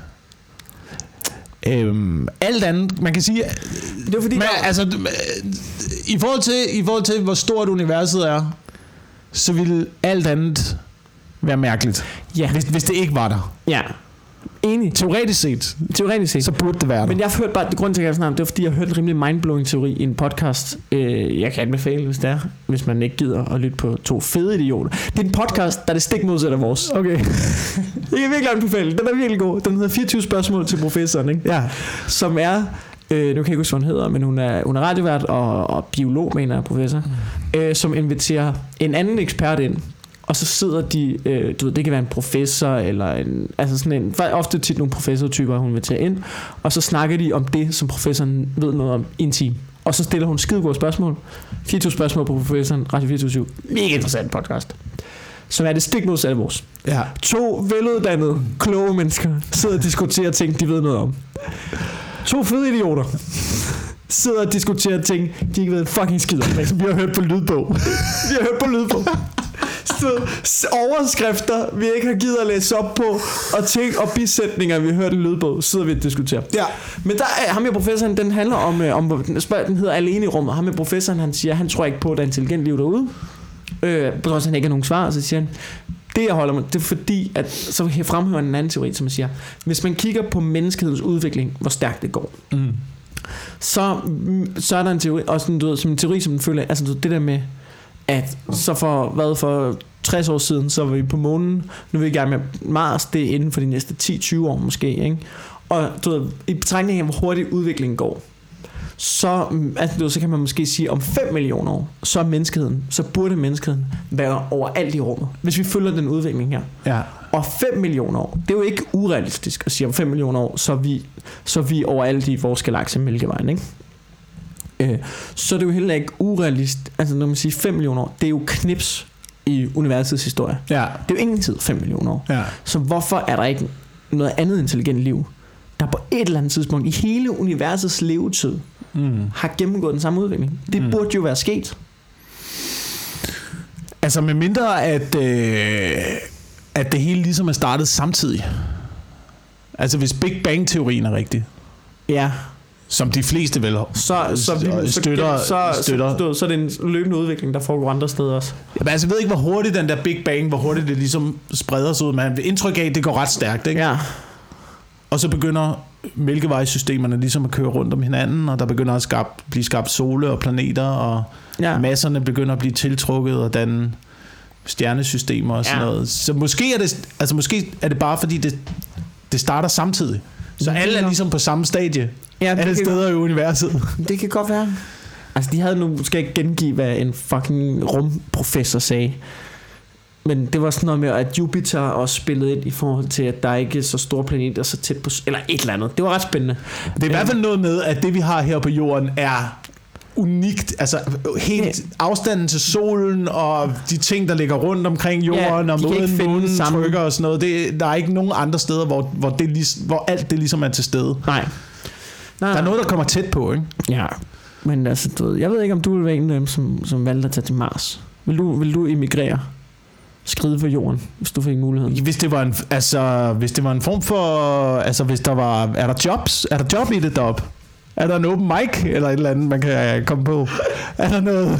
Alt andet, man kan sige, det er fordi, i forhold til hvor stort universet er, så ville alt andet være mærkeligt, hvis det ikke var der. Ja. Enig. Teoretisk set, så burde det være der. Men jeg har hørt bare, grunden til at jeg snakker om det var fordi jeg har hørt en rimelig mindblowing teori i en podcast. Jeg kan anbefale, hvis man ikke gider at lytte på to fede idioter. Det er en podcast, der er det stik modsat af vores. Okay. Jeg kan virkelig anbefale. Den er virkelig god. Den hedder 24 spørgsmål til professoren, ikke? Ja. Som er nu kan jeg ikke huske, hvad hun hedder, men hun er radiovært og biolog, mener jeg, professor, som inviterer en anden ekspert ind. Og så sidder de, du ved, det kan være en professor eller ofte tit nogle professortyper, hun vil tage ind, og så snakker de om det, som professoren ved noget om i en time. Og så stiller hun skidegode spørgsmål. 24 spørgsmål på professoren, Radio 24/7. Mega interessant podcast. Som er det stik modsatte af vores. Ja. 2 veluddannede, kloge mennesker sidder og diskuterer ting, de ved noget om. 2 fede idioter sidder og diskuterer ting, de ikke ved en fucking skid om. Vi har hørt på lydbog. Overskrifter vi ikke har givet at læse op på, og ting og bisætninger vi har hørt i lydbog, sidder vi og diskuterer. Ja. Men der er ham med professoren, den handler om den hedder Alene i rummet. Ham med professoren, han siger, han tror ikke på, at der er intelligent liv derude. På trods han ikke har nogen svar, så siger han, det jeg holder mig, det er fordi at så fremhæver en anden teori, som man siger, hvis man kigger på menneskehedens udvikling, hvor stærkt det går, så er der en teori, også en, du ved, som en teori, som den føler, altså det der med at så for 60 år siden, så var vi på månen. Nu er vi i gang med Mars, det er inden for de næste 10-20 år måske, ikke? Og du ved, i betragtning af, hvor hurtigt udviklingen går, så kan man måske sige, om 5 millioner år, så burde menneskeheden være overalt i rummet, hvis vi følger den udvikling her. Ja. Og 5 millioner år, det er jo ikke urealistisk at sige, om 5 millioner år, så er vi overalt i vores galakse Mælkevejen, ikke? Så er det jo heller ikke urealistisk. Altså når man siger 5 millioner år, det er jo knips i universets historie. Ja. Det er jo ingen tid 5 millioner år. Ja. Så hvorfor er der ikke noget andet intelligent liv, der på et eller andet tidspunkt i hele universets levetid har gennemgået den samme udvikling? Det burde jo være sket. Altså med mindre at det hele ligesom er startet samtidig. Altså hvis Big Bang teorien er rigtig. Ja. Som de fleste vel støtter. Så er det en løbende udvikling, der foregår andre steder også. Ja, altså jeg ved ikke, hvor hurtigt den der Big Bang, hvor hurtigt det ligesom spreder sig ud. Man har indtryk af, at det går ret stærkt, ikke? Ja. Og så begynder mælkevejssystemerne ligesom at køre rundt om hinanden, og der begynder at blive skabt sole og planeter, og masserne begynder at blive tiltrukket og danne stjernesystemer og sådan noget. Så måske er det bare fordi det starter samtidig. Så alle er ligesom på samme stadie. Ja, alle steder i universet. Det kan godt være. Altså de havde nu måske ikke gengive, hvad en fucking rumprofessor sagde. Men det var sådan noget med, at Jupiter også spillede ind i forhold til, at der ikke er så store planeter så tæt på, eller et eller andet. Det var ret spændende. Det er i hvert fald noget med, at det vi har her på jorden er unikt, altså helt afstanden til solen og de ting der ligger rundt omkring jorden og måden månen trykker og sådan noget, der er ikke nogen andre steder hvor alt det ligesom er til stede. Nej. Der er noget der kommer tæt på, ikke? Ja. Men altså, jeg ved ikke om du vil være en af dem som valgte at tage til Mars. Vil du emigrere? skride for jorden, hvis du fik muligheden? Hvis det var en form for, hvis der var, er der jobs? Er der job i det deroppe? Er der en open mic eller et eller andet, man kan komme på? Er der noget?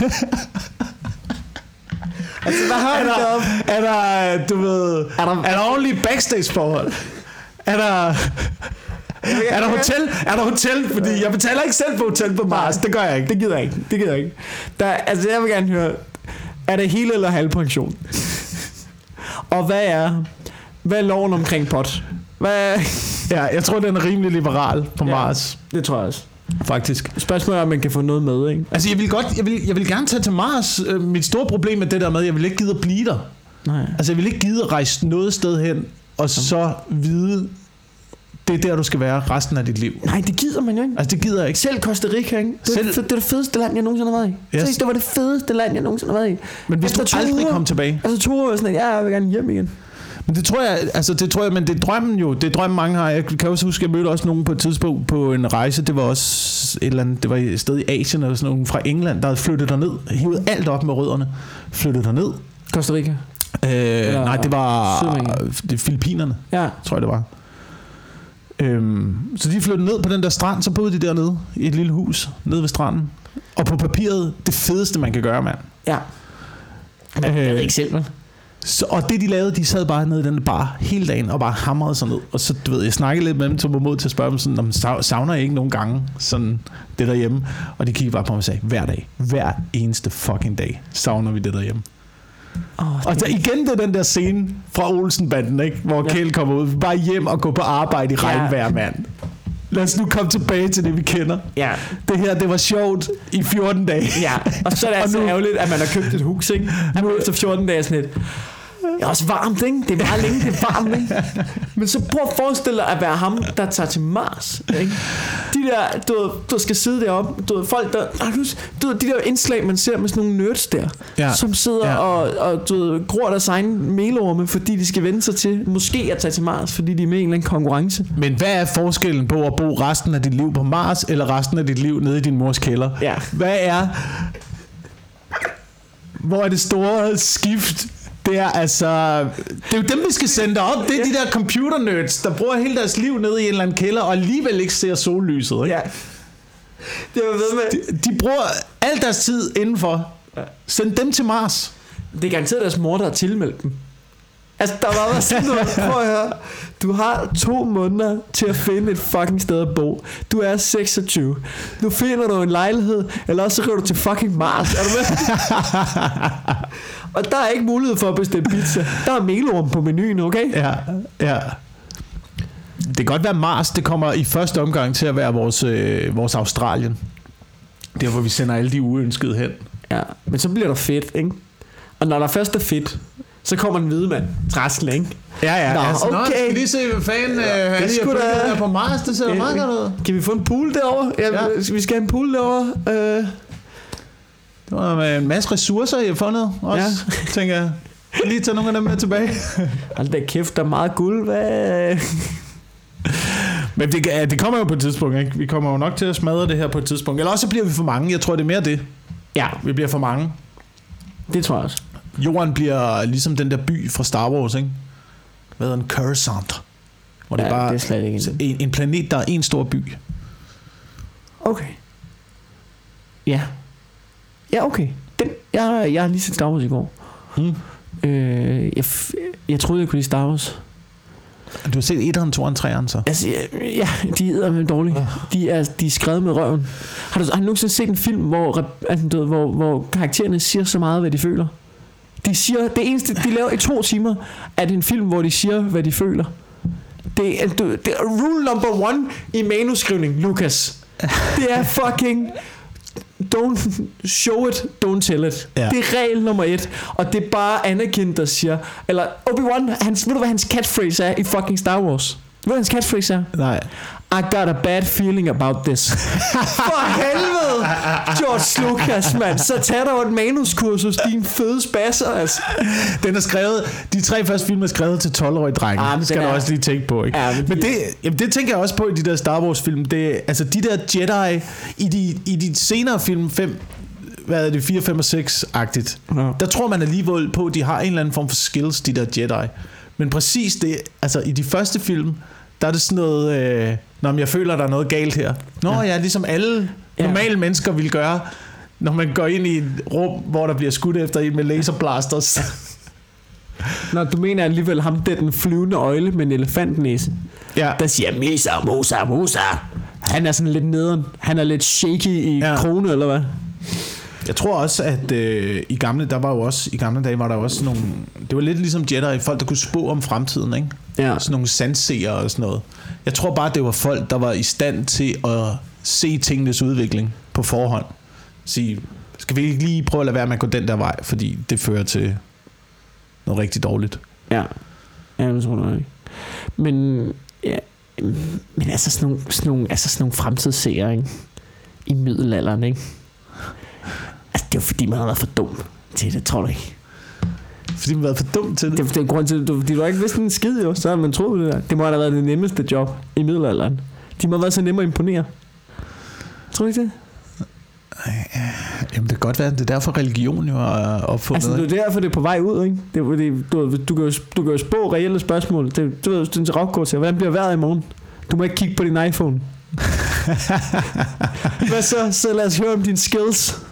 Hvad har du deroppe? Er der, du ved, er der ordentlige backstage forhold? Er der hotel? Er der hotel? Fordi jeg betaler ikke selv på hotel på Mars. Det gør jeg ikke. Det gider jeg ikke. Jeg vil gerne høre, er det hele eller halv pension? Og hvad er loven omkring pot? Ja, jeg tror, den er rimelig liberal på Mars. Det tror jeg også. Faktisk. Spørgsmålet er, om man kan få noget med, ikke? Altså, jeg vil gerne tage til Mars. Mit store problem er det der med, at jeg vil ikke gide at blive der. Nej. Altså, jeg vil ikke gide at rejse noget sted hen, og så vide, det er der, du skal være resten af dit liv. Nej, det gider man jo ikke. Altså, det gider jeg ikke. Selv Costa Rica, ikke? Det er det fedeste land, jeg nogensinde har været i. Yes. Det var det fedeste land, jeg nogensinde har været i. Men hvis du aldrig kom tilbage. Altså 2 år sådan, jeg vil gerne hjem igen. Men det tror jeg, men det er drømmen jo. Det er drømmen mange har. Jeg kan også huske, jeg mødte også nogen på et tidspunkt på en rejse. Det var også et eller andet, det var et sted i Asien eller sådan nogen fra England, der havde flyttet derned, hivet alt op med rødderne, flyttet derned. Costa Rica? Nej, det var Filippinerne, tror jeg det var. Så de flyttede ned på den der strand, så boede de dernede i et lille hus nede ved stranden. Og på papiret, det fedeste man kan gøre, mand. Ja. Jeg ved ikke selv, vel? Og det de lavede, de sad bare nede i den bar hele dagen og bare hamrede sig ned. Og så, du ved, jeg snakkede lidt med dem, tog på mod til at spørge dem sådan, om savner jeg ikke nogle gange sådan det derhjemme? Og de kiggede bare på mig og sagde, hver dag, hver eneste fucking dag, savner vi det derhjemme. Og så igen det den der scene fra Olsen-banden, ikke? Hvor Kjeld kommer ud, bare hjem og gå på arbejde i regnvejr, mand. Lad os nu komme tilbage til det, vi kender. Ja. Det her, det var sjovt i 14 dage. Ja, og så er det altså ærgerligt, at man har købt et hus, ikke? Nu efter 14 dage sådan lidt. Det er også varmt, ikke? Det er meget længe, det er varmt, ikke? Men så prøv at forestille dig at være ham, der tager til Mars, ikke? De der, du skal sidde deroppe, du ved, folk der, de der indslag, man ser med sådan nogle nerds der, som sidder og du ved, gror deres egen melorme, fordi de skal vende sig til, måske at tage til Mars, fordi de er med i en eller anden konkurrence. Men hvad er forskellen på at bo resten af dit liv på Mars, eller resten af dit liv nede i din mors kælder? Ja. Hvor er det store skift? Det er jo dem, vi skal sende op. Det er de der computer-nerds, der bruger hele deres liv nede i en eller anden kælder, og alligevel ikke ser sollyset, ikke? Ja. Det var ved med. De bruger al deres tid indenfor. Send dem til Mars. Det er garanteret deres mor, der har tilmeldt dem. Altså, der var sådan noget, prøv at høre. Du har 2 måneder til at finde et fucking sted at bo. Du er 26. Nu finder du en lejlighed, eller også så går du til fucking Mars. Er du med? Og der er ikke mulighed for at bestille pizza. Der er melorm på menuen, okay? Ja. Det kan godt være Mars, det kommer i første omgang til at være vores Australien. Der hvor vi sender alle de uønskede hen. Ja, men så bliver der fedt, ikke? Og når der først er fedt, så kommer en hvide mand. Træskel, ikke? Ja. Nå, okay. Skal vi lige se, hvad fanden han lige har der på Mars? Det ser meget godt ud. Kan vi få en pool derovre? Ja. Vi skal have en pool derovre. Det var med en masse ressourcer, jeg har fundet også, tænker jeg. Lige tage nogle af dem med tilbage. Hold da kæft, der er meget guld. Hvad? Men det kommer jo på et tidspunkt, ikke? Vi kommer jo nok til at smadre det her på et tidspunkt. Eller også bliver vi for mange. Jeg tror, det er mere det. Ja. Vi bliver for mange. Det tror jeg også. Jorden bliver ligesom den der by fra Star Wars, ikke? Hvad hedder en Coruscant? Hvor det bare det er slet ikke en planet, der er en stor by. Okay. Ja. Ja, okay. Jeg har lige set Star Wars i går. Jeg troede, jeg kunne lide Star Wars. Du har set 1'eren, 2'eren, 3'eren så? Altså, ja, de er dårlige. De er skrevet med røven. Har du nogensinde set en film, hvor karaktererne siger så meget, hvad de føler? De siger, det eneste, de laver i 2 timer, er det en film, hvor de siger, hvad de føler. Det er rule number 1 i manuskrivning, Lucas. Det er fucking... Don't show it, don't tell it. Det er regel nummer 1. Og det er bare Anakin, der siger... Eller Obi-Wan, ved du hvad hans catchphrase er i fucking Star Wars? Ved du hvad hans catchphrase er? Nej. I got a bad feeling about this. For helvede, George Lucas, mand. Så tag dig et manuskursus, din fede spasser, altså. Den er skrevet... De 3 første film er skrevet til 12-årige drenge. Det skal du også lige tænke på, ikke? Ja, men det tænker jeg også på i de der Star Wars film. Det, altså de der Jedi i de senere film, hvad er det, 4, 5 og 6-agtigt. Ja. Der tror man alligevel på, at de har en eller anden form for skills, de der Jedi. Men præcis det, altså i de første film, der er det sådan noget, når jeg føler, der er noget galt her. Ligesom alle normale mennesker vil gøre, når man går ind i et rum, hvor der bliver skudt efter en med laserblasters. Nå, du mener alligevel ham, der den flyvende øgle med en elefantnæse, der siger, Misa, Musa, Musa. Han er sådan lidt nederen. Han er lidt shaky i krone, eller hvad? Jeg tror også, at i gamle dage var der også nogle... Det var lidt ligesom Jedi, folk der kunne spå om fremtiden, ikke? Ja. Sådan nogle sandseere og sådan noget. Jeg tror bare, det var folk, der var i stand til at se tingenes udvikling på forhånd. Sige, skal vi ikke lige prøve at lade være med at gå den der vej, fordi det fører til noget rigtig dårligt. Ja, det tror jeg ikke. Men altså sådan nogle fremtidsseere, ikke? I middelalderen, ikke? Altså det er jo fordi man har været for dum til det, tror du ikke? Fordi man har været for dum til det? Det er grund til, fordi du har ikke vidst en skid jo, så har man troet på det der. Det må have været det nemmeste job i middelalderen. De må have været så nemme at imponere. Tror du ikke det? Jamen det kan godt være, det er derfor religion jo er opfundet. Altså det er derfor det er på vej ud, ikke? Det er fordi du kan jo spå reelle spørgsmål. Du ved, det er en rockgård til. Hvordan bliver vejret i morgen? Du må ikke kigge på din iPhone. Hvad så? Så lad os høre om dine skills.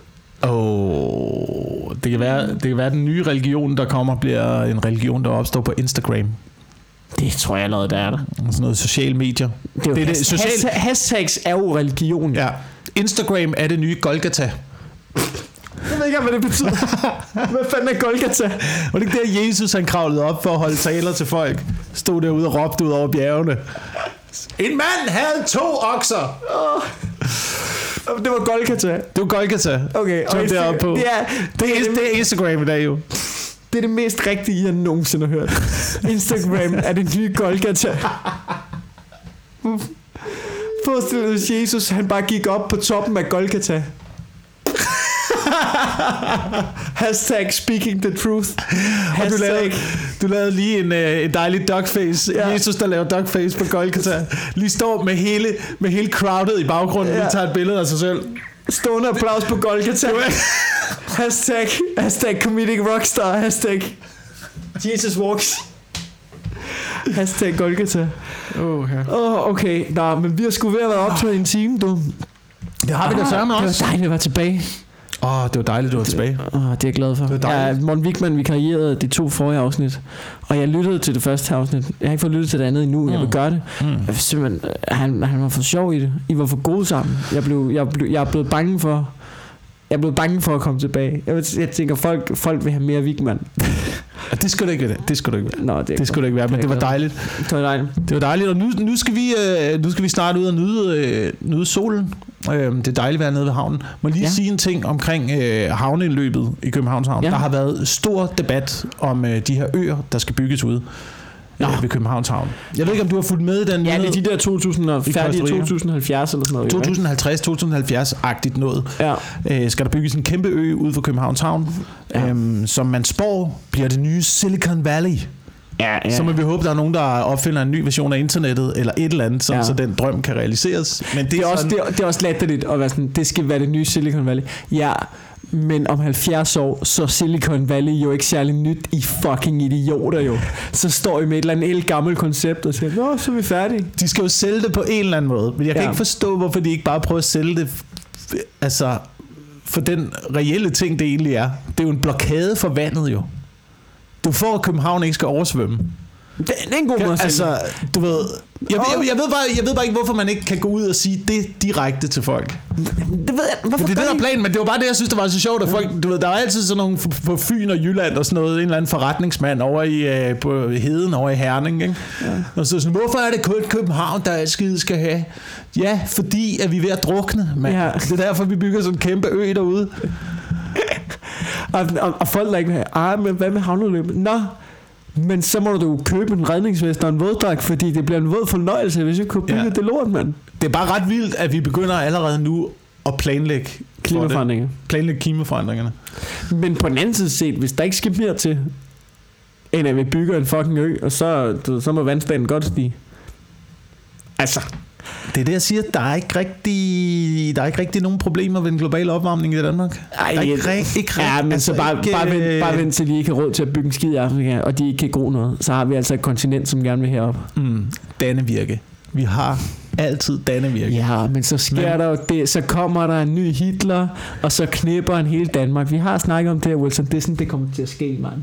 Det kan være at den nye religion der kommer bliver en religion der opstår på Instagram. Det tror jeg allerede der er der. Sådan noget sociale medier. Hashtags er jo religion. Ja. Instagram er det nye Golgata. Jeg ved ikke, hvad det betyder. Hvad fanden er Golgata? Var det ikke der Jesus han kravlede op for at holde taler til folk? Stod derude og råbte ud over bjergene. En mand havde 2 okser. Det var Golgata. Det var Golgata. Okay. Og det er Instagram i dag jo. Det er det mest rigtige jeg nogensinde har hørt. Instagram er det nye Golgata. Forestil dig, hvis Jesus han bare gik op på toppen af Golgata. Hashtag speaking the truth. Hashtag. Du lavede lige en dejlig dogface. Ja. Jesus der laver dogface på Golgata. Lige står med hele crowdet i baggrunden. Lige tager et billede af sig selv. Stående applaus på Golgata. Hashtag comedic rockstar. Hashtag Jesus walks. Hashtag Golgata. Okay. Nå, men vi har sgu ved at være optaget i en time, du. Det har vi da sørme også. Det var dejligt at være tilbage. Det var dejligt, du var tilbage. Det er jeg glad for. Morten Wigman vikarierede de 2 forrige afsnit, og jeg lyttede til det første afsnit. Jeg har ikke fået lyttet til det andet endnu. Jeg vil gøre det. Simpelthen, han var for sjov i det. I var for gode sammen. Jeg er blevet bange for. Jeg er blevet bange for at komme tilbage. Jeg tænker, folk vil have mere Wigman. Det skulle det ikke være. Det skulle det ikke være. Nå, det skulle det ikke være, men det var dejligt. Det var dejligt, og nu skal vi snart ud og nyde solen. Det er dejligt at være nede ved havnen. Må lige sige en ting omkring havneindløbet i Københavns Havn. Der har været stor debat om de her øer, der skal bygges ud ved Københavns Havn. Jeg ved ikke, om du har fulgt med i den. Ja, det er de der 2070 eller sådan noget. 2050-2070-agtigt noget. Ja. Skal der bygges en kæmpe ø ude for Københavns Havn, som man spår bliver det nye Silicon Valley. Ja. Så må vi håbe, der er nogen, der opfinder en ny version af internettet eller et eller andet, så den drøm kan realiseres. Men det er også latterligt at være sådan, det skal være det nye Silicon Valley. Ja, men om 70 år, så Silicon Valley jo ikke særlig nyt. I fucking idioter jo. Så står I med et eller andet gammelt koncept og siger, nå, så er vi færdige. De skal jo sælge det på en eller anden måde, men jeg kan ikke forstå, hvorfor de ikke bare prøver at sælge det, altså for den reelle ting, det egentlig er. Det er jo en blokade for vandet jo. Du får, at København ikke skal oversvømme. Det er en god måde at altså, du ved, jeg ved bare ikke, hvorfor man ikke kan gå ud og sige det direkte til folk. Det ved jeg. Hvorfor det er det, der er planen, men det var bare det, jeg synes, det var så sjovt, at folk, du ved, der er altid sådan nogle på Fyn og Jylland og sådan noget, en eller anden forretningsmand over i på Heden over i Herning, ikke? Ja. Og så sådan, hvorfor er det kun København, der altid skal have? Ja, fordi at vi er ved at drukne, mand. Ja. Det er derfor, vi bygger sådan en kæmpe ø derude. og folk der ikke vil have, men hvad med havneløbet? Nå, men så må du købe en redningsvest og en våddragt, fordi det bliver en våd fornøjelse, hvis vi kunne bygge det lort, mand. Det er bare ret vildt, at vi begynder allerede nu at planlægge klimaforandringerne. Men på den anden side set, hvis der ikke skal mere til, end at vi bygger en fucking ø, og så må vandstanden godt stige. Altså, Det er det, jeg siger. Der er ikke rigtig nogen problemer ved den globale opvarmning i Danmark. Ja, men så bare vent til de ikke har råd til at bygge en skid i Afrika, og de ikke kan gro noget. Så har vi altså et kontinent, som gerne vil herop. Dannevirke. Vi har altid Dannevirke. Ja, men så sker der jo det, så kommer der en ny Hitler, og så knipper han hele Danmark. Vi har snakket om det her, Wilson. Det er sådan, det kommer til at ske, mand.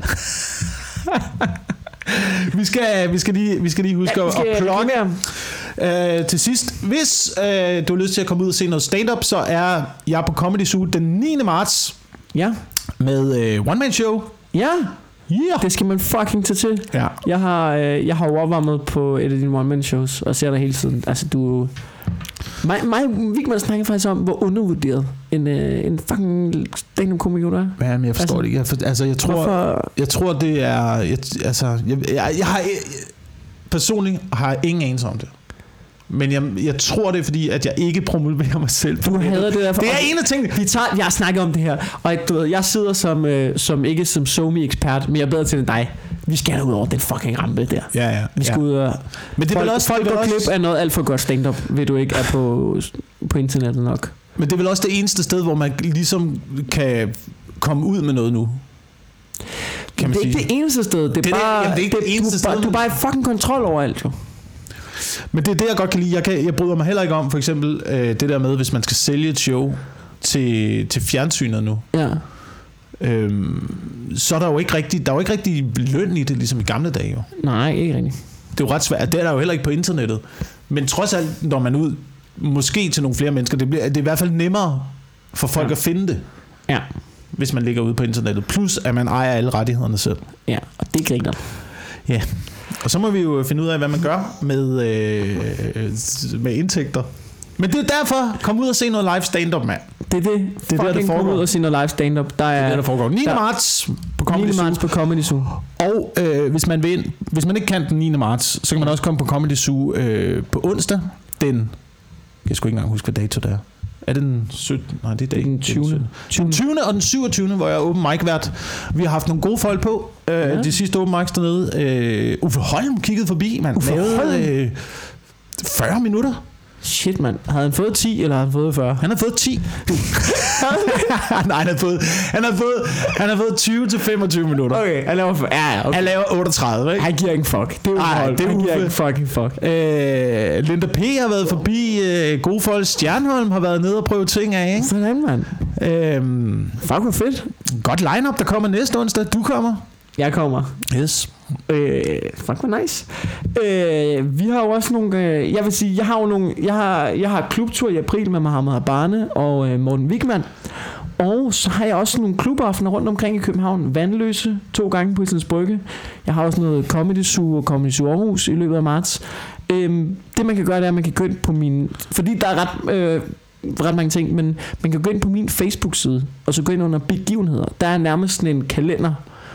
Vi skal lige huske at plukke. Til sidst, hvis du har lyst til at komme ud og se noget stand-up, så er jeg på Comedy Zoo den 9. marts. Ja. Med One Man Show. Ja. Yeah. Det skal man fucking tage til. Ja. Jeg har jo opvarmet på et af dine One Man Shows, og ser dig hele tiden. Altså du... Vigman snakker faktisk om, hvor undervurderet en fucking stand-up komiker du er. Jamen, jeg forstår det ikke. Jeg tror det er... Jeg har... Personligt har jeg ingen anelse om det. Men jeg tror det er fordi at jeg ikke promoverer mig selv. Du hader det derfor. Det er en af tingene. Jeg har snakket om det her, og du ved, jeg sidder som ikke som somi-ekspert, men jeg er bedre til end dig. Vi skal ud over den fucking rampe der. Ja. Vi skal ud og... Men det folk på klip er noget alt for godt stand-up, ved du ikke er på internettet nok. Men det er vel også det eneste sted, hvor man ligesom kan komme ud med noget nu. Kan man sige. Ikke det eneste sted. Det er bare du er bare i fucking kontrol over alt jo. Men det er det jeg godt kan lide. Jeg bryder mig heller ikke om for eksempel det der med, hvis man skal sælge et show til fjernsynet nu. Ja. Så er der jo ikke rigtig løn i det, ligesom i gamle dage jo. Nej, ikke rigtigt. Det er jo ret svært. Det er der jo heller ikke på internettet. Men trods alt, når man ud måske til nogle flere mennesker, det er i hvert fald nemmere for folk at finde det. Ja. Hvis man ligger ude på internettet. Plus at man ejer alle rettighederne selv. Ja, og det griner. Ja. Og så må vi jo finde ud af, hvad man gør med indtægter. Men det er derfor, kom ud og se noget live stand-up, mand. Det er der foregår. Kom ud og se noget live stand-up. Det er der foregår. 9. marts på Comedy Zoo. Og hvis man ikke kan den 9. marts, så kan man også komme på Comedy Zoo på onsdag. Jeg skulle ikke engang huske, hvad dato det er. Er det den 17? Nej, det er den 20. Den 20. og den 27. hvor jeg er open mic vært. Vi har haft nogle gode folk på. De sidste open mics dernede. Uffe Holm kiggede forbi. Man lavede 40 minutter. Shit, mand. Havde han fået 10, eller havde han fået 40? Han har fået 10. Nej, han har fået 20 til 25 minutter. Okay, han laver okay. Han laver 38, ikke? Han giver ikke fuck. Det er Uffe. Han giver ikke fucking fuck. Linda P. har været forbi. Gode folk. Stjernholm har været nede og prøve ting af, ikke? Sådan, mand. Fuck, hvor fedt. Godt line-up, der kommer næste onsdag. Du kommer. Jeg kommer. Yes. Fuck, hvor nice. Vi har jo også nogle... jeg vil sige, jeg har klubtur i april med Mohammed Habane og Morten Wigman. Og så har jeg også nogle klubaftener rundt omkring i København. Vandløse 2 gange på Islands Brygge. Jeg har også noget Comedy Zoo og Comedy Zoo Aarhus i løbet af marts. Det man kan gøre, det er, at man kan gå ind på min... Fordi der er ret mange ting, men man kan gå ind på min Facebook-side, og så gå ind under begivenheder. Der er nærmest sådan en kalender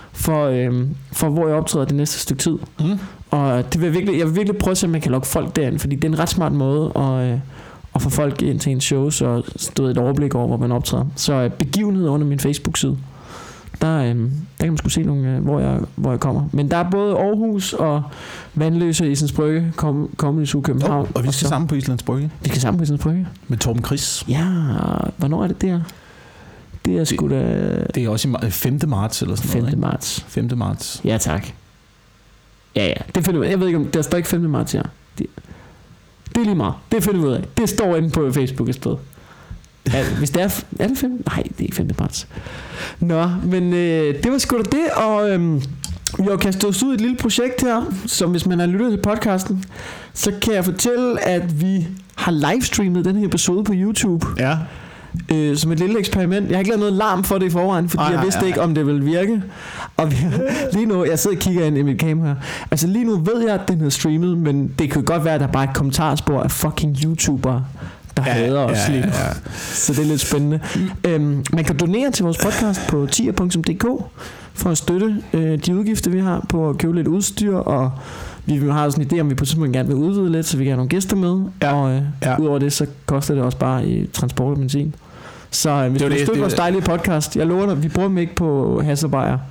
for hvor jeg optræder det næste stykke tid. Og jeg vil virkelig prøve at se, om man kan lokke folk derind, fordi det er en ret smart måde at få folk ind til en show, så stod et overblik over, hvor man optræder. Så begivenheder under min Facebook-side. Der kan man sgu se nogle, hvor jeg kommer. Men der er både Aarhus og Vandløse, Islands Brygge, Comedy Zoo København. Og vi skal sammen på Islands Brygge. Vi skal sammen på Islands Brygge. Med Torben Chris. Ja, hvornår er det der? Det er sgu da... Det er også i 5. marts eller sådan noget, 5. marts. 5. marts. Ja, tak. Ja. Det finder vi ud af. Jeg ved ikke, om der står ikke 5. marts her. Det er lige meget. Det finder vi ud af. Det står inde på Facebook et sted. Hvis det er det 5? Nej, det er ikke 5. marts. Nå, men det var sgu da det, og vi har kastet os ud i et lille projekt her, som hvis man har lyttet til podcasten, så kan jeg fortælle, at vi har livestreamet den her episode på YouTube. Ja. Som et lille eksperiment. Jeg har ikke lavet noget larm for det i forvejen, fordi jeg vidste ikke, om det ville virke. Og lige nu, jeg sidder og kigger ind i mit kamera. Altså lige nu ved jeg, at den er streamet, men det kan godt være, at der bare er et kommentarspor af fucking YouTubere, der hader os lige nu. Så det er lidt spændende. Man kan donere til vores podcast på tier.dk for at støtte de udgifter, vi har på at købe lidt udstyr, og vi har sådan en idé, om vi på simpelthen gerne vil udvide lidt, så vi kan have nogle gæster med. Og udover det, så koster det også bare i transport og benzin. Så hvis du støtter vores dejlige podcast, jeg lover dig, vi bruger dem ikke på hasselbajer.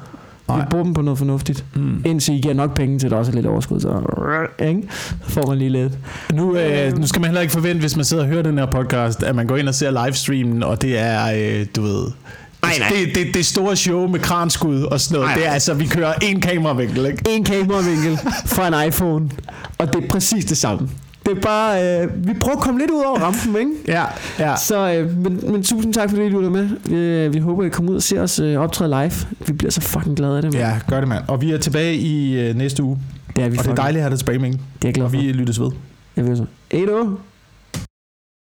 Vi bruger dem på noget fornuftigt. Indtil I giver nok penge til, at der også er lidt overskud, så får man lige lidt. Nu skal man heller ikke forvente, hvis man sidder og hører den her podcast, at man går ind og ser livestreamen, og det er, du ved... Nej. Det store show med kranskud og sådan noget. Nej. Det er altså, vi kører en kameravinkel, ikke? En kameravinkel fra en iPhone, og det er præcis det samme. Det er bare, vi prøver at komme lidt ud over rampen, ikke? Ja. Så, men tusind tak, fordi I lytter med. Vi håber, I kommer ud og ser os optræde live. Vi bliver så fucking glade af det, man. Ja, gør det, mand. Og vi er tilbage i næste uge. Det er vi. Og det er dejligt at have dig tilbage, Ming. Det er glad for. Og vi lyttes ved. Jeg vil så. Edo.